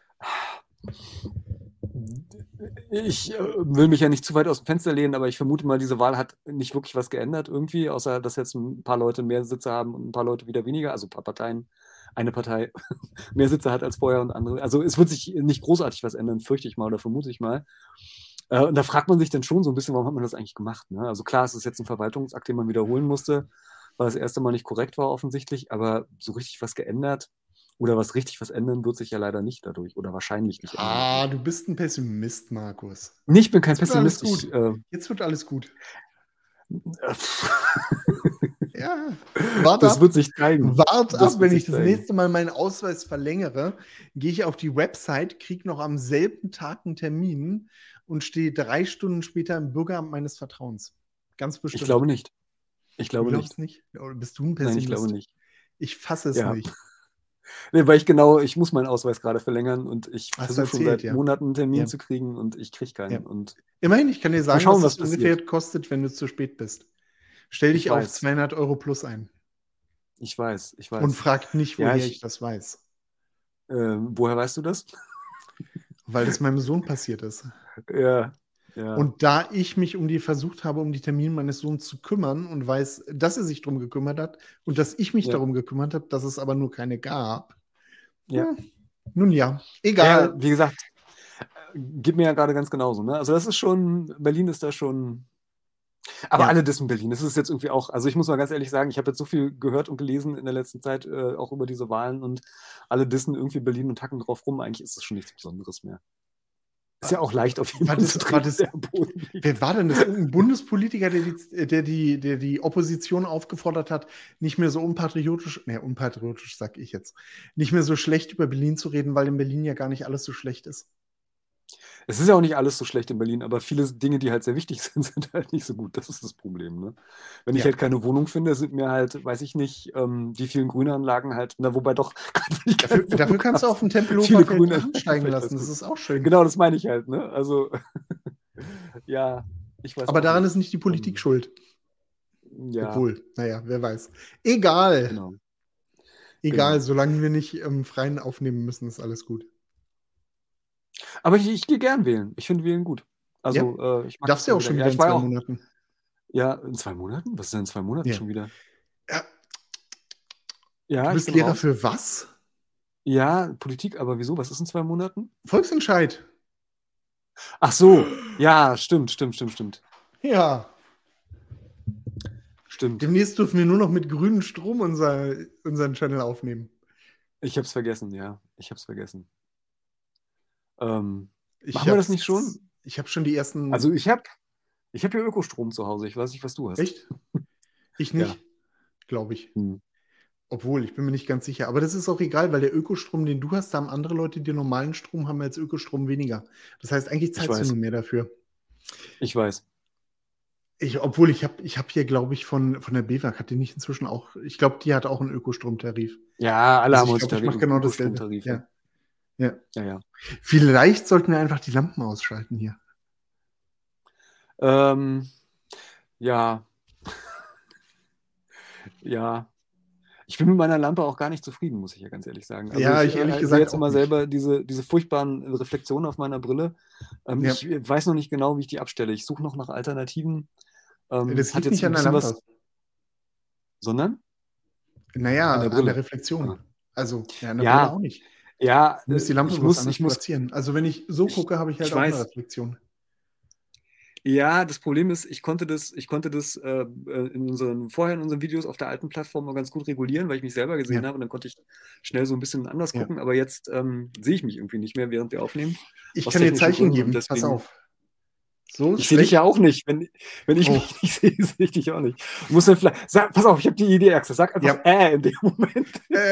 ich äh, will mich ja nicht zu weit aus dem Fenster lehnen, aber ich vermute mal, diese Wahl hat nicht wirklich was geändert irgendwie, außer dass jetzt ein paar Leute mehr Sitze haben und ein paar Leute wieder weniger, also ein paar Parteien, eine Partei mehr Sitze hat als vorher und andere. Also es wird sich nicht großartig was ändern, fürchte ich mal oder vermute ich mal. Äh, und da fragt man sich dann schon so ein bisschen, warum hat man das eigentlich gemacht? Ne? Also klar, es ist jetzt ein Verwaltungsakt, den man wiederholen musste, weil das erste Mal nicht korrekt war offensichtlich, aber so richtig was geändert oder was richtig was ändern wird sich ja leider nicht dadurch oder wahrscheinlich nicht ändern. Ah, du bist ein Pessimist, Markus. Nee, ich bin kein Jetzt wird alles Pessimist. gut. Ich, äh, Jetzt wird alles gut. äh, Ja, warte das ab. wird sich zeigen. Wart Das ab, wird wenn sich ich das zeigen. nächste Mal meinen Ausweis verlängere, gehe ich auf die Website, kriege noch am selben Tag einen Termin und stehe drei Stunden später im Bürgeramt meines Vertrauens. Ganz bestimmt. Ich glaube nicht. Ich du glaube glaubst nicht. nicht. Oder bist du ein Nein, Pessimist? ich glaube nicht. Ich fasse es Ja. nicht. Nee, weil ich genau, ich muss meinen Ausweis gerade verlängern und ich Hast du versuche schon erzählt, seit ja. Monaten einen Termin Ja. zu kriegen und ich kriege keinen. Ja. Und Immerhin, ich kann dir sagen, schauen, was was es ungefähr kostet, wenn du zu spät bist. Stell dich Ich auf weiß. zweihundert Euro plus ein ich weiß, ich weiß. und frag nicht, Ja, woher ich- ich das weiß. Ähm, woher weißt du das? Weil das meinem Sohn passiert ist. Ja. ja. Und da ich mich um die versucht habe, um die Termine meines Sohns zu kümmern und weiß, dass er sich darum gekümmert hat und dass ich mich Ja. darum gekümmert habe, dass es aber nur keine gab. Ja. Hm, nun ja, egal. Ja, wie gesagt, äh, geht mir ja gerade ganz genauso. Ne? Also das ist schon, Berlin ist da schon, aber Ja. alle dissen Berlin. Das ist jetzt irgendwie auch, also ich muss mal ganz ehrlich sagen, ich habe jetzt so viel gehört und gelesen in der letzten Zeit, äh, auch über diese Wahlen und alle dissen irgendwie Berlin und hacken drauf rum. Eigentlich ist es schon nichts Besonderes mehr. Ist ja auch leicht, auf War jemanden das- zu war treten, das- der am Boden liegt. Wer war denn das? Irgendein Bundespolitiker, der die, der, die, der die Opposition aufgefordert hat, nicht mehr so unpatriotisch, ne, unpatriotisch sag ich jetzt, nicht mehr so schlecht über Berlin zu reden, weil in Berlin ja gar nicht alles so schlecht ist. Es ist ja auch nicht alles so schlecht in Berlin, aber viele Dinge, die halt sehr wichtig sind, sind halt nicht so gut. Das ist das Problem. Ne? Wenn ich Ja. halt keine Wohnung finde, sind mir halt, weiß ich nicht, ähm, die vielen Grünanlagen halt, na, wobei doch, wenn ich keine Dafür, dafür Wohnung kannst du hab, auf dem Tempelhofer viele Feld Grüne steigen vielleicht lassen. ganz Das gut. ist auch schön. Genau, das meine ich halt. Ne? Also, ja, Ich weiß Aber auch daran nicht. ist nicht die Politik Ähm, schuld. Ja, Obwohl, naja, wer weiß. Egal. genau. Egal, Genau. solange wir nicht im Freien aufnehmen müssen, ist alles gut. Aber ich, ich gehe gern wählen. Ich finde Wählen gut. Ja? Also, äh, ich mag das Darfst ja mal auch wieder. schon Ja, wieder ich in war ja zwei auch. Monaten. Ja, in zwei Monaten? Was ist denn in zwei Monaten Ja. schon wieder? Ja. Ja, Du ich bist bin Lehrer raus. für was? Ja, Politik, aber wieso? Was ist in zwei Monaten? Volksentscheid. Ach so. Ja, stimmt, stimmt, stimmt, stimmt. Ja. Stimmt. Demnächst dürfen wir nur noch mit grünem Strom unser, unseren Channel aufnehmen. Ich hab's vergessen, ja. Ich hab's vergessen. Ähm, Ich machen wir das hab's- nicht schon? Ich habe schon die ersten. Also ich hab, ich hab hier Ökostrom zu Hause. Ich weiß nicht, was du hast. Echt? Ich nicht, glaube ich. Hm. Obwohl, ich bin mir nicht ganz sicher. Aber das ist auch egal, weil der Ökostrom, den du hast, da haben andere Leute, die normalen Strom haben, als Ökostrom weniger. Das heißt, eigentlich zahlst du weiß. nur mehr dafür. Ich weiß. Ich, obwohl, ich habe ich hab hier, glaube ich, von, von der B W A G, hat die nicht inzwischen auch, ich glaube, die hat auch einen Ökostromtarif. Ja, alle Also haben ich glaube, ich heutzutage mache genau dasselbe. Ökostromtarife. Ja. Ja. Ja, ja. Vielleicht sollten wir einfach die Lampen ausschalten hier. Ähm, ja. Ja. Ich bin mit meiner Lampe auch gar nicht zufrieden, muss ich ja ganz ehrlich sagen. Also Ja, ich, ich ehrlich äh, gesagt sehe jetzt auch immer nicht. selber diese, diese furchtbaren Reflexionen auf meiner Brille. Ähm, Ja. Ich weiß noch nicht genau, wie ich die abstelle. Ich suche noch nach Alternativen. Ähm, Das hat liegt jetzt nicht ein an der bisschen Lampe. was. Sondern? Naja, An der an Brille. der Reflexion. Ja. Also, ja, an der Ja. Brille auch nicht. Ja, Du musst die äh, Lampe ich bloß muss, anders ich muss, platzieren. Also, wenn ich so gucke, habe ich halt ich auch eine weiß. Reflexion. Ja, das Problem ist, ich konnte das, ich konnte das äh, äh, in unseren, vorher in unseren Videos auf der alten Plattform mal ganz gut regulieren, weil ich mich selber gesehen Ja. habe und dann konnte ich schnell so ein bisschen anders Ja. gucken, aber jetzt ähm, sehe ich mich irgendwie nicht mehr, während wir aufnehmen. Ich aus kann dir technischen Zeichen Gründen und geben, pass deswegen- auf. So Ich sehe dich schlecht. ja auch nicht. Wenn, wenn ich Oh. mich nicht sehe, sehe ich dich auch nicht. Du musst dann vielleicht, sag, pass auf, ich habe die Idee, Axel. Sag einfach Ja. äh in dem Moment.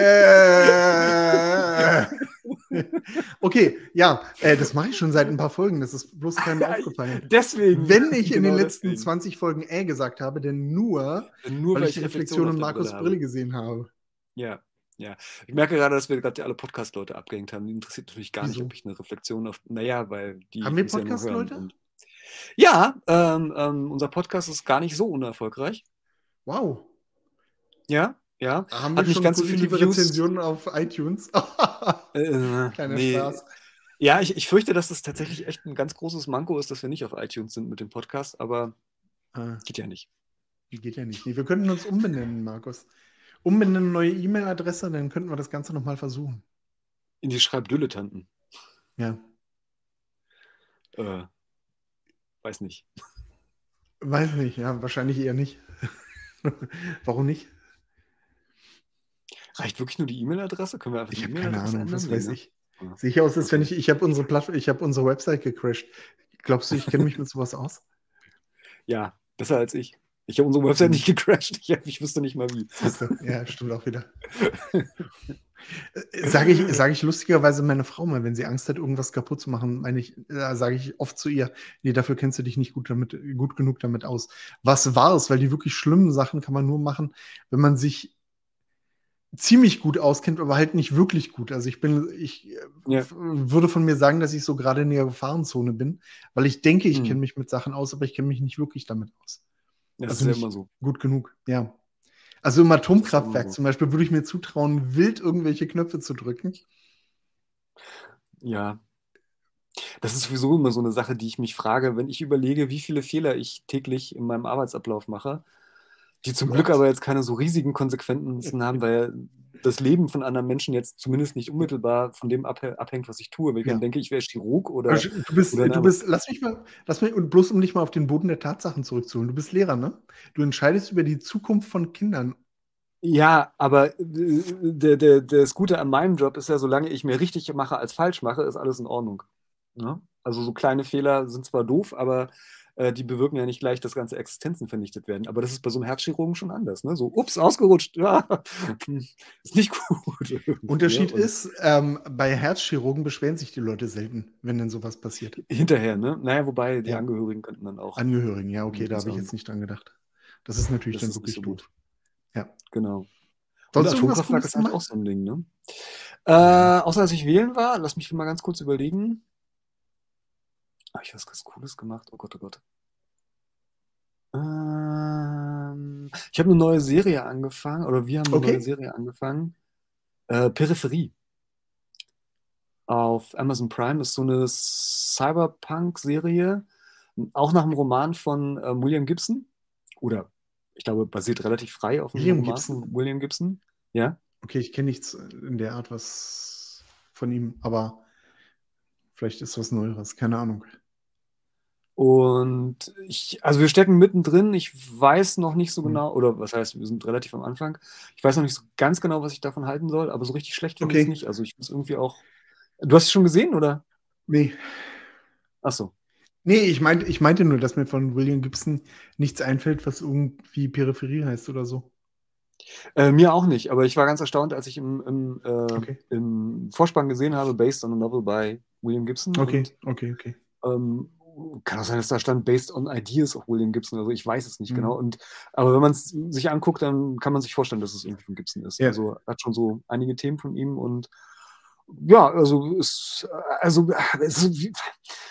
Äh. Okay, ja, äh, das mache ich schon seit ein paar Folgen. Das ist bloß keinem aufgefallen. Deswegen. Wenn ich in genau den letzten deswegen. zwanzig Folgen äh gesagt habe, denn nur, Nur weil ich die Reflexion Reflexion auf in der Markus Brille Brille habe. gesehen habe. Ja, ja. Ich merke gerade, dass wir gerade alle Podcast-Leute abgehängt haben. Die interessiert natürlich gar Wieso? nicht, ob ich eine Reflexion auf. Naja, weil die Haben wir uns ja nur hören. Podcast-Leute? Und ja, ähm, ähm, unser Podcast ist gar nicht so unerfolgreich. Wow. Ja, ja. Haben Hat wir nicht schon ganz so viele positive Views. Rezensionen auf iTunes? Äh, Kleiner nee. Spaß. Ja, ich, ich fürchte, dass das tatsächlich echt ein ganz großes Manko ist, dass wir nicht auf iTunes sind mit dem Podcast, aber Ah, geht ja nicht. geht ja nicht. Nee, wir könnten uns umbenennen, Markus. Umbenennen, neue E-Mail-Adresse, dann könnten wir das Ganze nochmal versuchen. In die Schreibdilettanten. Ja. Äh, weiß nicht. Weiß nicht, ja, wahrscheinlich eher nicht. Warum nicht? Reicht wirklich nur die E-Mail-Adresse? Können wir einfach Ich die habe keine E-Mail-Adresse Ahnung, was ändern? weiß Nee, ne? ich. Ja. Sehe ich aus, als wenn Okay. ich, ich habe unsere Plattform, ich habe unsere Website gecrashed. Glaubst du, ich kenne mich mit sowas aus? Ja, besser als ich. Ich habe unsere Website nicht gecrashed. Ich, hab, ich wüsste nicht mal wie. Siehst du? Ja, stimmt auch wieder. Sage ich, sag ich lustigerweise meine Frau mal, wenn sie Angst hat, irgendwas kaputt zu machen, meine ich, äh, sage ich oft zu ihr, nee, dafür kennst du dich nicht gut, damit, gut genug damit aus. Was war es? Weil die wirklich schlimmen Sachen kann man nur machen, wenn man sich ziemlich gut auskennt, aber halt nicht wirklich gut. Also ich bin, ich äh, Ja. f- würde von mir sagen, dass ich so gerade in der Gefahrenzone bin, weil ich denke, ich Hm. kenne mich mit Sachen aus, aber ich kenne mich nicht wirklich damit aus. Das Also ist ja nicht immer so. gut genug, ja. Also im Atomkraftwerk so. zum Beispiel würde ich mir zutrauen, wild irgendwelche Knöpfe zu drücken. Ja. Das ist sowieso immer so eine Sache, die ich mich frage, wenn ich überlege, wie viele Fehler ich täglich in meinem Arbeitsablauf mache, die zum Gott. Glück aber jetzt keine so riesigen Konsequenzen haben, weil das Leben von anderen Menschen jetzt zumindest nicht unmittelbar von dem abhä- abhängt, was ich tue. Wenn ich Ja. dann denke, ich wäre Chirurg oder. Also, Du bist, oder eine- du bist, lass mich mal, lass mich, und bloß um dich mal auf den Boden der Tatsachen zurückzuholen. Du bist Lehrer, ne? Du entscheidest über die Zukunft von Kindern. Ja, aber äh, der, der, das Gute an meinem Job ist ja, solange ich mehr richtig mache als falsch mache, ist alles in Ordnung. Ne? Also so kleine Fehler sind zwar doof, aber äh, die bewirken ja nicht gleich, dass ganze Existenzen vernichtet werden. Aber das ist bei so einem Herzchirurgen schon anders. Ne? So, ups, ausgerutscht. Ja, ist nicht gut. irgendwie, Unterschied ne? Und ist, ähm, bei Herzchirurgen beschweren sich die Leute selten, wenn denn sowas passiert. hinterher, ne? Naja, wobei die Ja. Angehörigen könnten dann auch. Angehörigen, ja, okay, da habe ich sagen, jetzt nicht dran gedacht. Das ist natürlich das dann ist wirklich nicht so doof. gut. Ja. Genau. Und Sonst irgendwas Atomkraftwerk Cooles ist halt gemacht? auch so ein Ding, ne? Äh, außer dass ich wählen war, lass mich mal ganz kurz überlegen. Habe ich was ganz Cooles gemacht? Oh Gott, oh Gott. Ähm, ich habe eine neue Serie angefangen, oder wir haben eine neue Okay. Serie angefangen. Äh, Peripherie auf Amazon Prime ist so eine Cyberpunk-Serie, auch nach einem Roman von ähm, William Gibson. Oder ich glaube, basiert relativ frei auf einem William Roman Gibson? von William Gibson. Ja. Okay, ich kenne nichts in der Art was von ihm, aber vielleicht ist was Neueres, keine Ahnung. Und ich, also wir stecken mittendrin. Ich weiß noch nicht so Hm. genau, oder was heißt, wir sind relativ am Anfang. Ich weiß noch nicht so ganz genau, was ich davon halten soll, aber so richtig schlecht finde ich es Okay. nicht. Also ich muss irgendwie auch. Du hast es schon gesehen, oder? Nee. Ach so. Nee, ich meinte, ich meinte nur, dass mir von William Gibson nichts einfällt, was irgendwie Peripherie heißt oder so. Äh, mir auch nicht, aber ich war ganz erstaunt, als ich im, im, äh, Okay. im Vorspann gesehen habe, based on a novel by William Gibson. Okay, Und okay, okay. ähm, kann auch sein, dass da stand based on ideas of William Gibson. Also ich weiß es nicht Mhm. genau. Und, aber wenn man es sich anguckt, dann kann man sich vorstellen, dass es irgendwie von Gibson ist. Ja. Also hat schon so einige Themen von ihm und ja, also ist, also es ist, wie,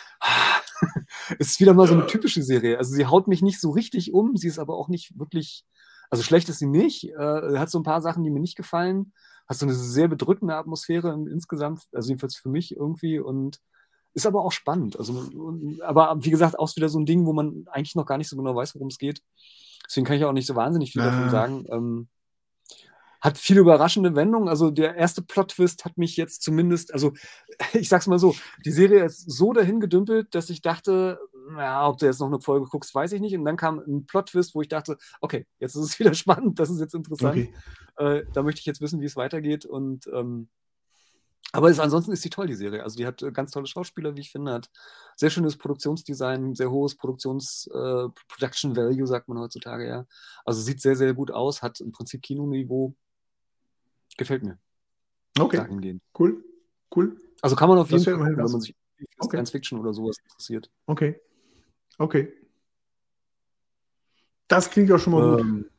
es ist wieder mal so eine typische Serie. Also sie haut mich nicht so richtig um, sie ist aber auch nicht wirklich, also schlecht ist sie nicht, äh, hat so ein paar Sachen, die mir nicht gefallen, hat so eine sehr bedrückende Atmosphäre insgesamt, also jedenfalls für mich irgendwie und ist aber auch spannend. Also, und, aber wie gesagt, auch wieder so ein Ding, wo man eigentlich noch gar nicht so genau weiß, worum es geht. Deswegen kann ich auch nicht so wahnsinnig viel Ah. davon sagen. Ähm, hat viele überraschende Wendungen. Also der erste Plot-Twist hat mich jetzt zumindest, also ich sag's mal so, die Serie ist so dahin gedümpelt, dass ich dachte, ja, ob du jetzt noch eine Folge guckst, weiß ich nicht. Und dann kam ein Plot-Twist, wo ich dachte, okay, jetzt ist es wieder spannend, das ist jetzt interessant. Okay. Äh, da möchte ich jetzt wissen, wie es weitergeht. Und ähm, aber es, ansonsten ist die toll, die Serie. Also die hat äh, ganz tolle Schauspieler, wie ich finde, hat sehr schönes Produktionsdesign, sehr hohes Produktions äh, Production Value, sagt man heutzutage ja. Also sieht sehr, sehr gut aus, hat im Prinzip Kinoniveau. Gefällt mir. Okay. Dahingehend. Cool. Cool. Also kann man auf jeden Das Fall wäre immerhin gucken, wenn was. man sich für Okay. Science Fiction oder sowas interessiert. Okay. Okay. Das klingt auch schon mal gut. Ähm,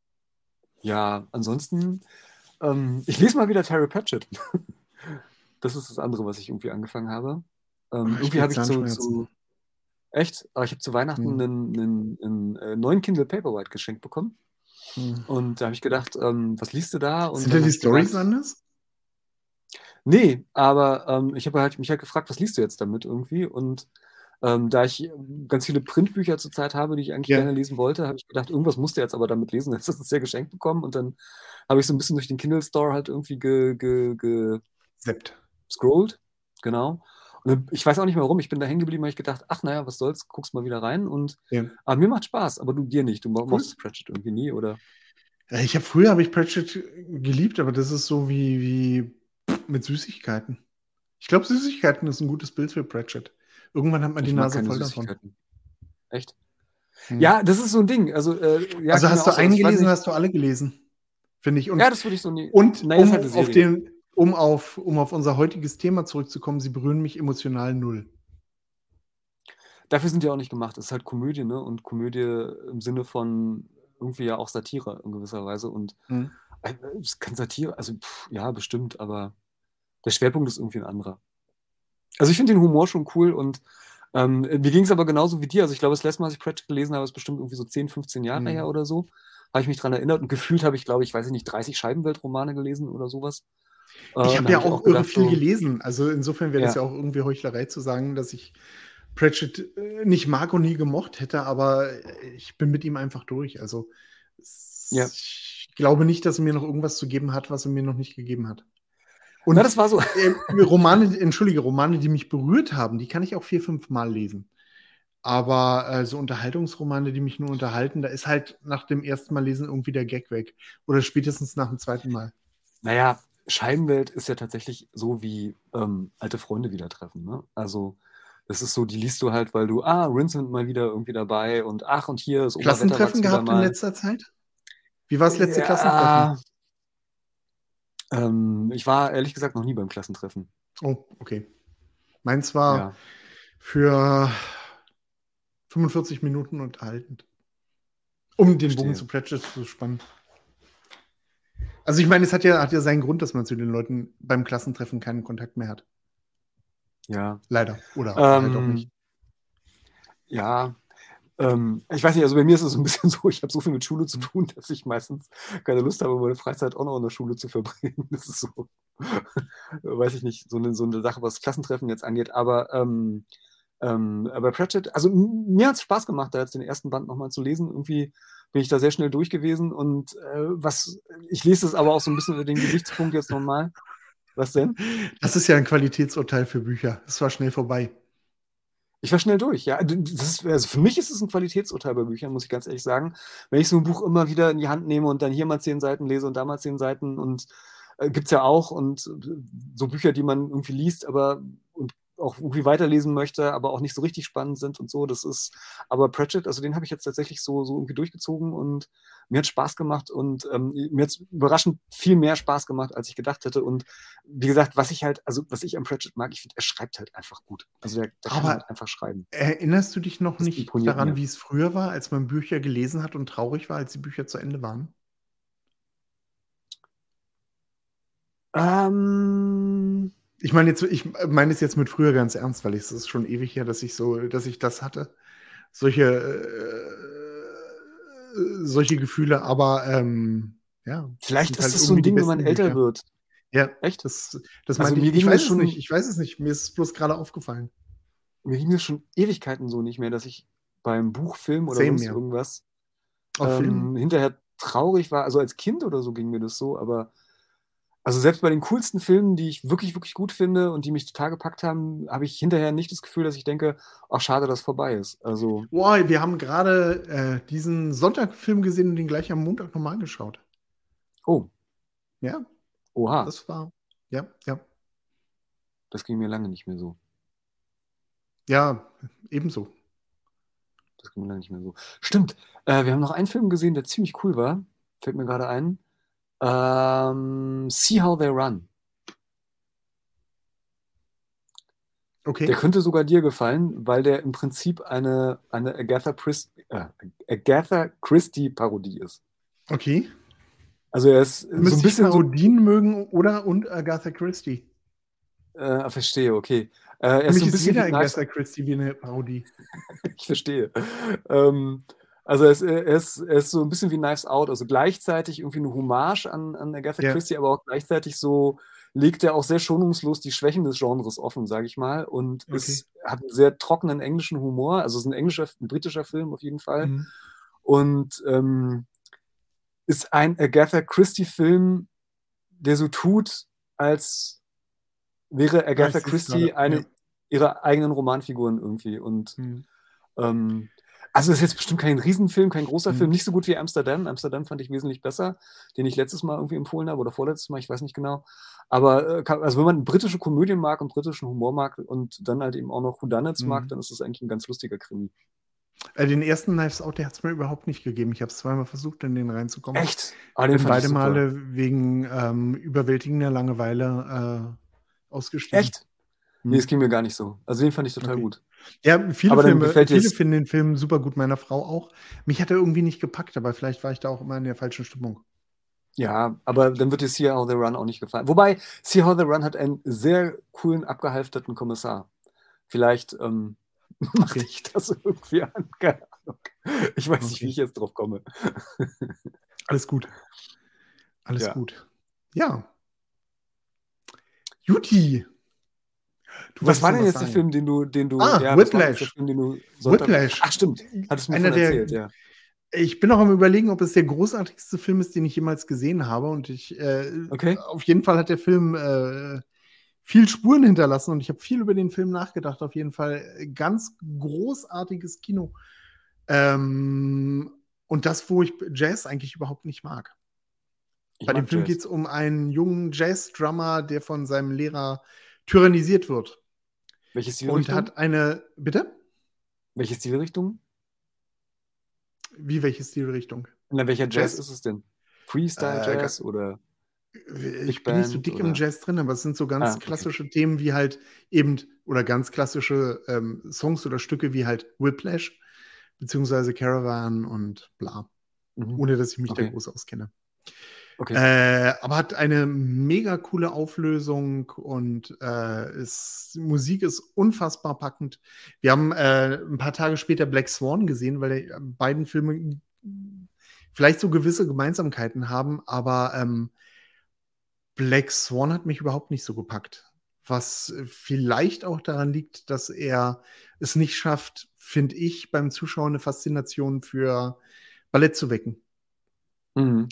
ja, ansonsten, ähm, ich lese mal wieder Terry Pratchett. Das ist das andere, was ich irgendwie angefangen habe. Ähm, Ah, ich irgendwie krieg habe ich zu, Zahnschmerzen. zu echt, aber ich habe zu Weihnachten Hm. einen, einen, einen, äh, neuen Kindle Paperwhite geschenkt bekommen. Hm. Und da habe ich gedacht, ähm, was liest du da? Und Sind dann da hab die ich gesagt, Storys anders? nee, aber ähm, ich habe halt, mich halt gefragt, was liest du jetzt damit irgendwie? Und ähm, da ich ähm, ganz viele Printbücher zurzeit habe, die ich eigentlich Ja. gerne lesen wollte, habe ich gedacht, irgendwas musst du jetzt aber damit lesen. Jetzt hast du es ja geschenkt bekommen. Und dann habe ich so ein bisschen durch den Kindle Store halt irgendwie ge, ge, ge Sept. scrollt. Genau. Und dann, ich weiß auch nicht mehr warum, ich bin da hängen geblieben, habe ich gedacht, ach naja, was soll's, guckst mal wieder rein. Und Ja. aber mir macht Spaß, aber du dir nicht. Du mo- Cool. mochtest Pratchett irgendwie nie, oder? Ja, Ich habe früher habe ich Pratchett geliebt, aber das ist so wie, wie mit Süßigkeiten. Ich glaube, Süßigkeiten ist ein gutes Bild für Pratchett. Irgendwann hat man die Ich mag Nase keine voll davon. Süßigkeiten. Echt? Hm. Ja, das ist so ein Ding. Also, äh, ja, Also geht mir hast du auch so. einen Also ich weiß gelesen, nicht. hast du alle gelesen, finde ich. Und, Ja, das würde ich so nie. und Naja, ist um halt eine auf Serie. den, um auf, um auf unser heutiges Thema zurückzukommen, sie berühren mich emotional null. Dafür sind die auch nicht gemacht. Es ist halt Komödie, ne? Und Komödie im Sinne von irgendwie ja auch Satire in gewisser Weise. Und Hm. äh, es kann Satire, also pff, ja, bestimmt, aber der Schwerpunkt ist irgendwie ein anderer. Also ich finde den Humor schon cool und ähm, mir ging es aber genauso wie dir. Also ich glaube, das letzte Mal, als ich Pratchett gelesen habe, ist bestimmt irgendwie so zehn, fünfzehn Jahre Hm. her oder so. Habe ich mich dran erinnert und gefühlt habe ich, glaube ich, weiß ich nicht, dreißig Scheibenweltromane gelesen oder sowas. Äh, Ich und habe da ja habe ich auch auch irre gedacht, viel so, gelesen. Also insofern wäre das ja, ja auch irgendwie Heuchlerei zu sagen, dass ich Pratchett äh, nicht mag und nie gemocht hätte, aber äh, ich bin mit ihm einfach durch. Also es- ja. ich glaube nicht, dass er mir noch irgendwas zu geben hat, was er mir noch nicht gegeben hat. Na, Und das war so. äh, Romane, entschuldige, Romane, die mich berührt haben, die kann ich auch vier, fünf Mal lesen. Aber äh, so Unterhaltungsromane, die mich nur unterhalten, da ist halt nach dem ersten Mal lesen irgendwie der Gag weg. Oder spätestens nach dem zweiten Mal. Naja, Scheibenwelt ist ja tatsächlich so wie ähm, alte Freunde wieder treffen. Ne? Also, das ist so, die liest du halt, weil du, ah, Vincent mal wieder irgendwie dabei und ach, und hier, das Oberwetter war Klassentreffen wieder gehabt in mal. letzter Zeit? Wie war das letzte Ja, Klassentreffen? ähm, ich war ehrlich gesagt noch nie beim Klassentreffen. Oh, okay. Meins war Ja, für fünfundvierzig Minuten unterhaltend. Um den Bogen verstehe. zu Pratchett zu spannen. Also ich meine, es hat ja, hat ja seinen Grund, dass man zu den Leuten beim Klassentreffen keinen Kontakt mehr hat. Ja. Leider. Oder halt auch Ähm, nicht. ja, Ähm, ich weiß nicht, also bei mir ist es so ein bisschen so, ich habe so viel mit Schule zu tun, dass ich meistens keine Lust habe, meine Freizeit auch noch in der Schule zu verbringen. Das ist so, weiß ich nicht, so eine, so eine Sache, was Klassentreffen jetzt angeht. Aber ähm, ähm, bei Pratchett, also m- mir hat es Spaß gemacht, da jetzt den ersten Band nochmal zu lesen. Irgendwie bin ich da sehr schnell durch gewesen und äh, was, ich lese es aber auch so ein bisschen unter dem Gesichtspunkt jetzt nochmal. Was denn? Das ist ja ein Qualitätsurteil für Bücher. Es war schnell vorbei. Ich war schnell durch, ja. Das ist, also für mich ist es ein Qualitätsurteil bei Büchern, muss ich ganz ehrlich sagen. Wenn ich so ein Buch immer wieder in die Hand nehme und dann hier mal zehn Seiten lese und da mal zehn Seiten und äh, gibt es ja auch und äh, so Bücher, die man irgendwie liest, aber und auch irgendwie weiterlesen möchte, aber auch nicht so richtig spannend sind und so. Das ist, aber Pratchett, also den habe ich jetzt tatsächlich so, so irgendwie durchgezogen und mir hat Spaß gemacht und ähm, mir hat es überraschend viel mehr Spaß gemacht, als ich gedacht hätte. Und wie gesagt, was ich halt, also was ich am Pratchett mag, ich finde, er schreibt halt einfach gut. Also der, der kann Aber halt einfach schreiben. erinnerst du dich noch Das nicht imponiert daran, mir. wie es früher war, als man Bücher gelesen hat und traurig war, als die Bücher zu Ende waren? Ähm, Ich meine jetzt, ich meine es jetzt mit früher ganz ernst, weil es ist schon ewig her, dass ich so, dass ich das hatte. Solche, äh, solche Gefühle, aber ähm, ja, es vielleicht sind ist halt das so irgendwie ein die Ding, wenn man besten älter Bücher. wird. Ja, Echt? das, das Also meinte ich. mir Ich ging weiß das es nicht. schon, Ich weiß es nicht. Mir ist es bloß gerade aufgefallen. mir ging das schon Ewigkeiten so nicht mehr, dass ich beim Buch, Film oder Same, sonst ja. irgendwas Auf Film? ähm, hinterher traurig war. Also als Kind oder so ging mir das so, aber also selbst bei den coolsten Filmen, die ich wirklich, wirklich gut finde und die mich total gepackt haben, habe ich hinterher nicht das Gefühl, dass ich denke, ach schade, dass vorbei ist. Also, Boah, wir haben gerade äh, diesen Sonntag-Film gesehen und den gleich am Montag nochmal angeschaut. oh, Ja, oha, das war. Ja, ja. das ging mir lange nicht mehr so. Ja, ebenso. Das ging mir lange nicht mehr so. Stimmt, äh, wir haben noch einen Film gesehen, der ziemlich cool war. Fällt mir gerade ein. Ähm, See How They Run. Okay. Der könnte sogar dir gefallen, weil der im Prinzip eine, eine Agatha, Christ, äh, Agatha Christie-Parodie ist. Okay. Also er ist Da so ein müsste ich bisschen so, Parodien mögen oder und Agatha Christie. äh, verstehe, okay. Äh, er Für ist mich so ein ist bisschen jeder wie Knives, Agatha Christie wie eine Parodie. ich verstehe. Ähm, also er ist, er, ist, er ist so ein bisschen wie Knives Out, also gleichzeitig irgendwie eine Hommage an, an Agatha Ja, Christie, aber auch gleichzeitig so legt er auch sehr schonungslos die Schwächen des Genres offen, sage ich mal, und okay. ist, hat einen sehr trockenen englischen Humor, also es ist ein englischer, ein britischer Film auf jeden Fall. Mhm. Und ähm, ist ein Agatha Christie-Film, der so tut, als wäre Ah, ich Agatha sehe es gerade. Christie Ja. eine ihrer eigenen Romanfiguren irgendwie. Und Mhm. ähm, also es ist jetzt bestimmt kein Riesenfilm, kein großer Film, Mhm. nicht so gut wie Amsterdam. Amsterdam fand ich wesentlich besser, den ich letztes Mal irgendwie empfohlen habe oder vorletztes Mal, ich weiß nicht genau. Aber äh, kann, also wenn man britische Komödien mag und britischen Humor mag und dann halt eben auch noch Whodunits mag, Mhm. dann ist das eigentlich ein ganz lustiger Krimi. Äh, den ersten Knives Out, der hat es mir überhaupt nicht gegeben. Ich habe es zweimal versucht, in den reinzukommen. Echt? Ah, den Bin fand ich beide super. Male wegen ähm, überwältigender Langeweile äh, ausgestiegen. Echt? Nee, es Hm. ging mir gar nicht so. Also den fand ich total Okay. gut. Ja, viele Aber dann Filme, gefällt dir viele es. finden den Film super gut, meiner Frau auch. Mich hat er irgendwie nicht gepackt, aber vielleicht war ich da auch immer in der falschen Stimmung. Ja, aber dann wird dir See How They Run auch nicht gefallen. Wobei, See How They Run hat einen sehr coolen, abgehalfterten Kommissar. Vielleicht ähm, macht Okay, dich das irgendwie an. Keine Ahnung. Ich weiß nicht, wie okay. ich jetzt drauf komme. Alles gut. Alles Ja. gut. Ja, Juti, du Was wolltest war noch denn was jetzt der sagen. Film, den du, den du, Ah, ja, was war denn jetzt der Whiplash. Film, den du Sonntag. Whiplash. Ach, stimmt. Hattest du mir Einer von der. erzählt, ja. Ich bin auch am Überlegen, ob es der großartigste Film ist, den ich jemals gesehen habe. Und ich, äh, Okay. auf jeden Fall hat der Film äh, viel Spuren hinterlassen und ich habe viel über den Film nachgedacht. Auf jeden Fall ganz großartiges Kino. Ähm, und das, wo ich Jazz eigentlich überhaupt nicht mag. Ich Bei dem mag Film Jazz. geht es um einen jungen Jazz-Drummer, der von seinem Lehrer tyrannisiert wird. Welche Und Stilrichtung? hat eine. Bitte? Welche Stilrichtung? Wie welche Stilrichtung? In welcher Jazz Jazz? ist es denn? Freestyle Äh, Jazz oder Ich Big bin nicht so Band dick im oder? Jazz drin, aber es sind so ganz Ah, okay. klassische Themen wie halt eben, oder ganz klassische ähm, Songs oder Stücke wie halt Whiplash, beziehungsweise Caravan und bla. Mhm. Ohne dass ich mich da Okay. groß auskenne. Okay. Äh, aber hat eine mega coole Auflösung und äh, ist, Musik ist unfassbar packend. Wir haben äh, ein paar Tage später Black Swan gesehen, weil die beiden Filme vielleicht so gewisse Gemeinsamkeiten haben, aber ähm, Black Swan hat mich überhaupt nicht so gepackt. Was vielleicht auch daran liegt, dass er es nicht schafft, finde ich, beim Zuschauer eine Faszination für Ballett zu wecken. Mhm.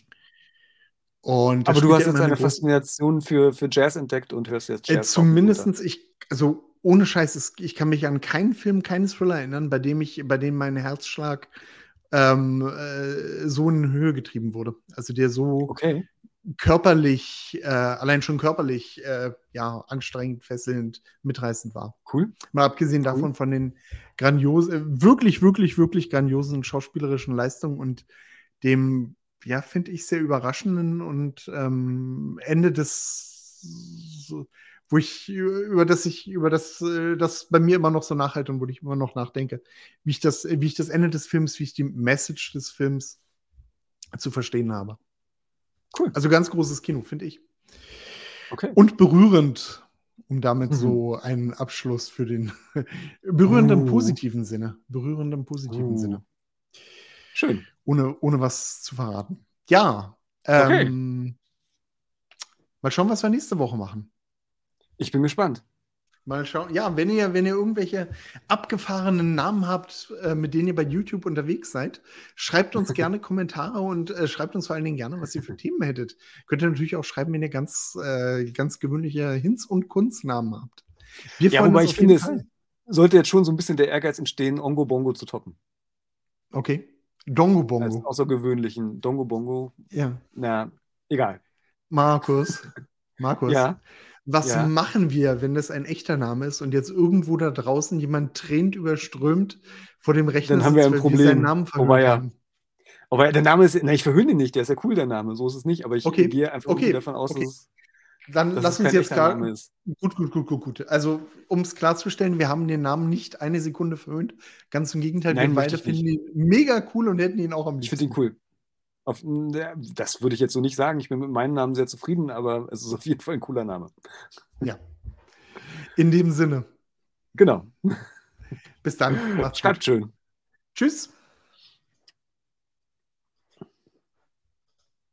Und das Aber du spielt hast ja immer jetzt eine eine große. Faszination für, für Jazz entdeckt und hörst jetzt Äh, Jazz rauf und runter. zumindestens, ich, also ohne Scheiß, es, ich kann mich an keinen Film, keinen Thriller erinnern, bei dem ich, bei dem mein Herzschlag ähm, äh, so in Höhe getrieben wurde. Also der so Okay. körperlich, äh, allein schon körperlich, äh, ja, anstrengend, fesselnd, mitreißend war. Cool. Mal abgesehen Cool. davon von den grandiosen, äh, wirklich, wirklich, wirklich grandiosen schauspielerischen Leistungen und dem, ja, finde ich, sehr überraschenden und ähm, Ende des, so, wo ich, über das ich, über das, äh, das bei mir immer noch so nachhalte und wo ich immer noch nachdenke, wie ich das, wie ich das Ende des Films, wie ich die Message des Films zu verstehen habe. Cool. Also ganz großes Kino, finde ich. Okay. Und berührend, um damit Mhm. so einen Abschluss für den berührend im Uh. positiven Sinne. Berührend im positiven Uh. Sinne. Schön. Ohne, ohne was zu verraten. Ja. Okay. Ähm, mal schauen, was wir nächste Woche machen. Ich bin gespannt. Mal schauen. Ja, wenn ihr, wenn ihr irgendwelche abgefahrenen Namen habt, äh, mit denen ihr bei YouTube unterwegs seid, schreibt uns gerne Kommentare und äh, schreibt uns vor allen Dingen gerne, was ihr für Themen hättet. Könnt ihr natürlich auch schreiben, wenn ihr ganz, äh, ganz gewöhnliche Hinz- und Kunstnamen habt. Wir Ja, freuen wobei uns ich auf jeden finde, Fall. es sollte jetzt schon so ein bisschen der Ehrgeiz entstehen, Ongo Bongo zu toppen. Okay. Dongo Als Bongo. außergewöhnlichen Dongo Bongo. Ja. Na, egal. Markus. Markus. Ja. Was Ja. machen wir, wenn das ein echter Name ist und jetzt irgendwo da draußen jemand tränend überströmt vor dem Rechner Dann haben wir sitzt, ein weil wir seinen Problem. Namen verhüllt Wobei ja. haben? Aber der Name ist, na, ich verhöhne ihn nicht, der ist ja cool, der Name, so ist es nicht, aber ich Okay, gehe einfach okay, irgendwie davon aus, okay. dass es, Dann dass lass es uns kein jetzt echter klar. Name ist. Gut, gut, gut, gut, gut. Also, um es klarzustellen, wir haben den Namen nicht eine Sekunde verhöhnt. Ganz im Gegenteil, Nein, wir möchte beide ich nicht. finden ihn mega cool und hätten ihn auch am Ich finde liebsten. ihn cool. Auf, ja, das würde ich jetzt so nicht sagen. Ich bin mit meinem Namen sehr zufrieden, aber es ist auf jeden Fall ein cooler Name. Ja. In dem Sinne. Genau. Bis dann. Macht's gut. Schreibt schön. Tschüss.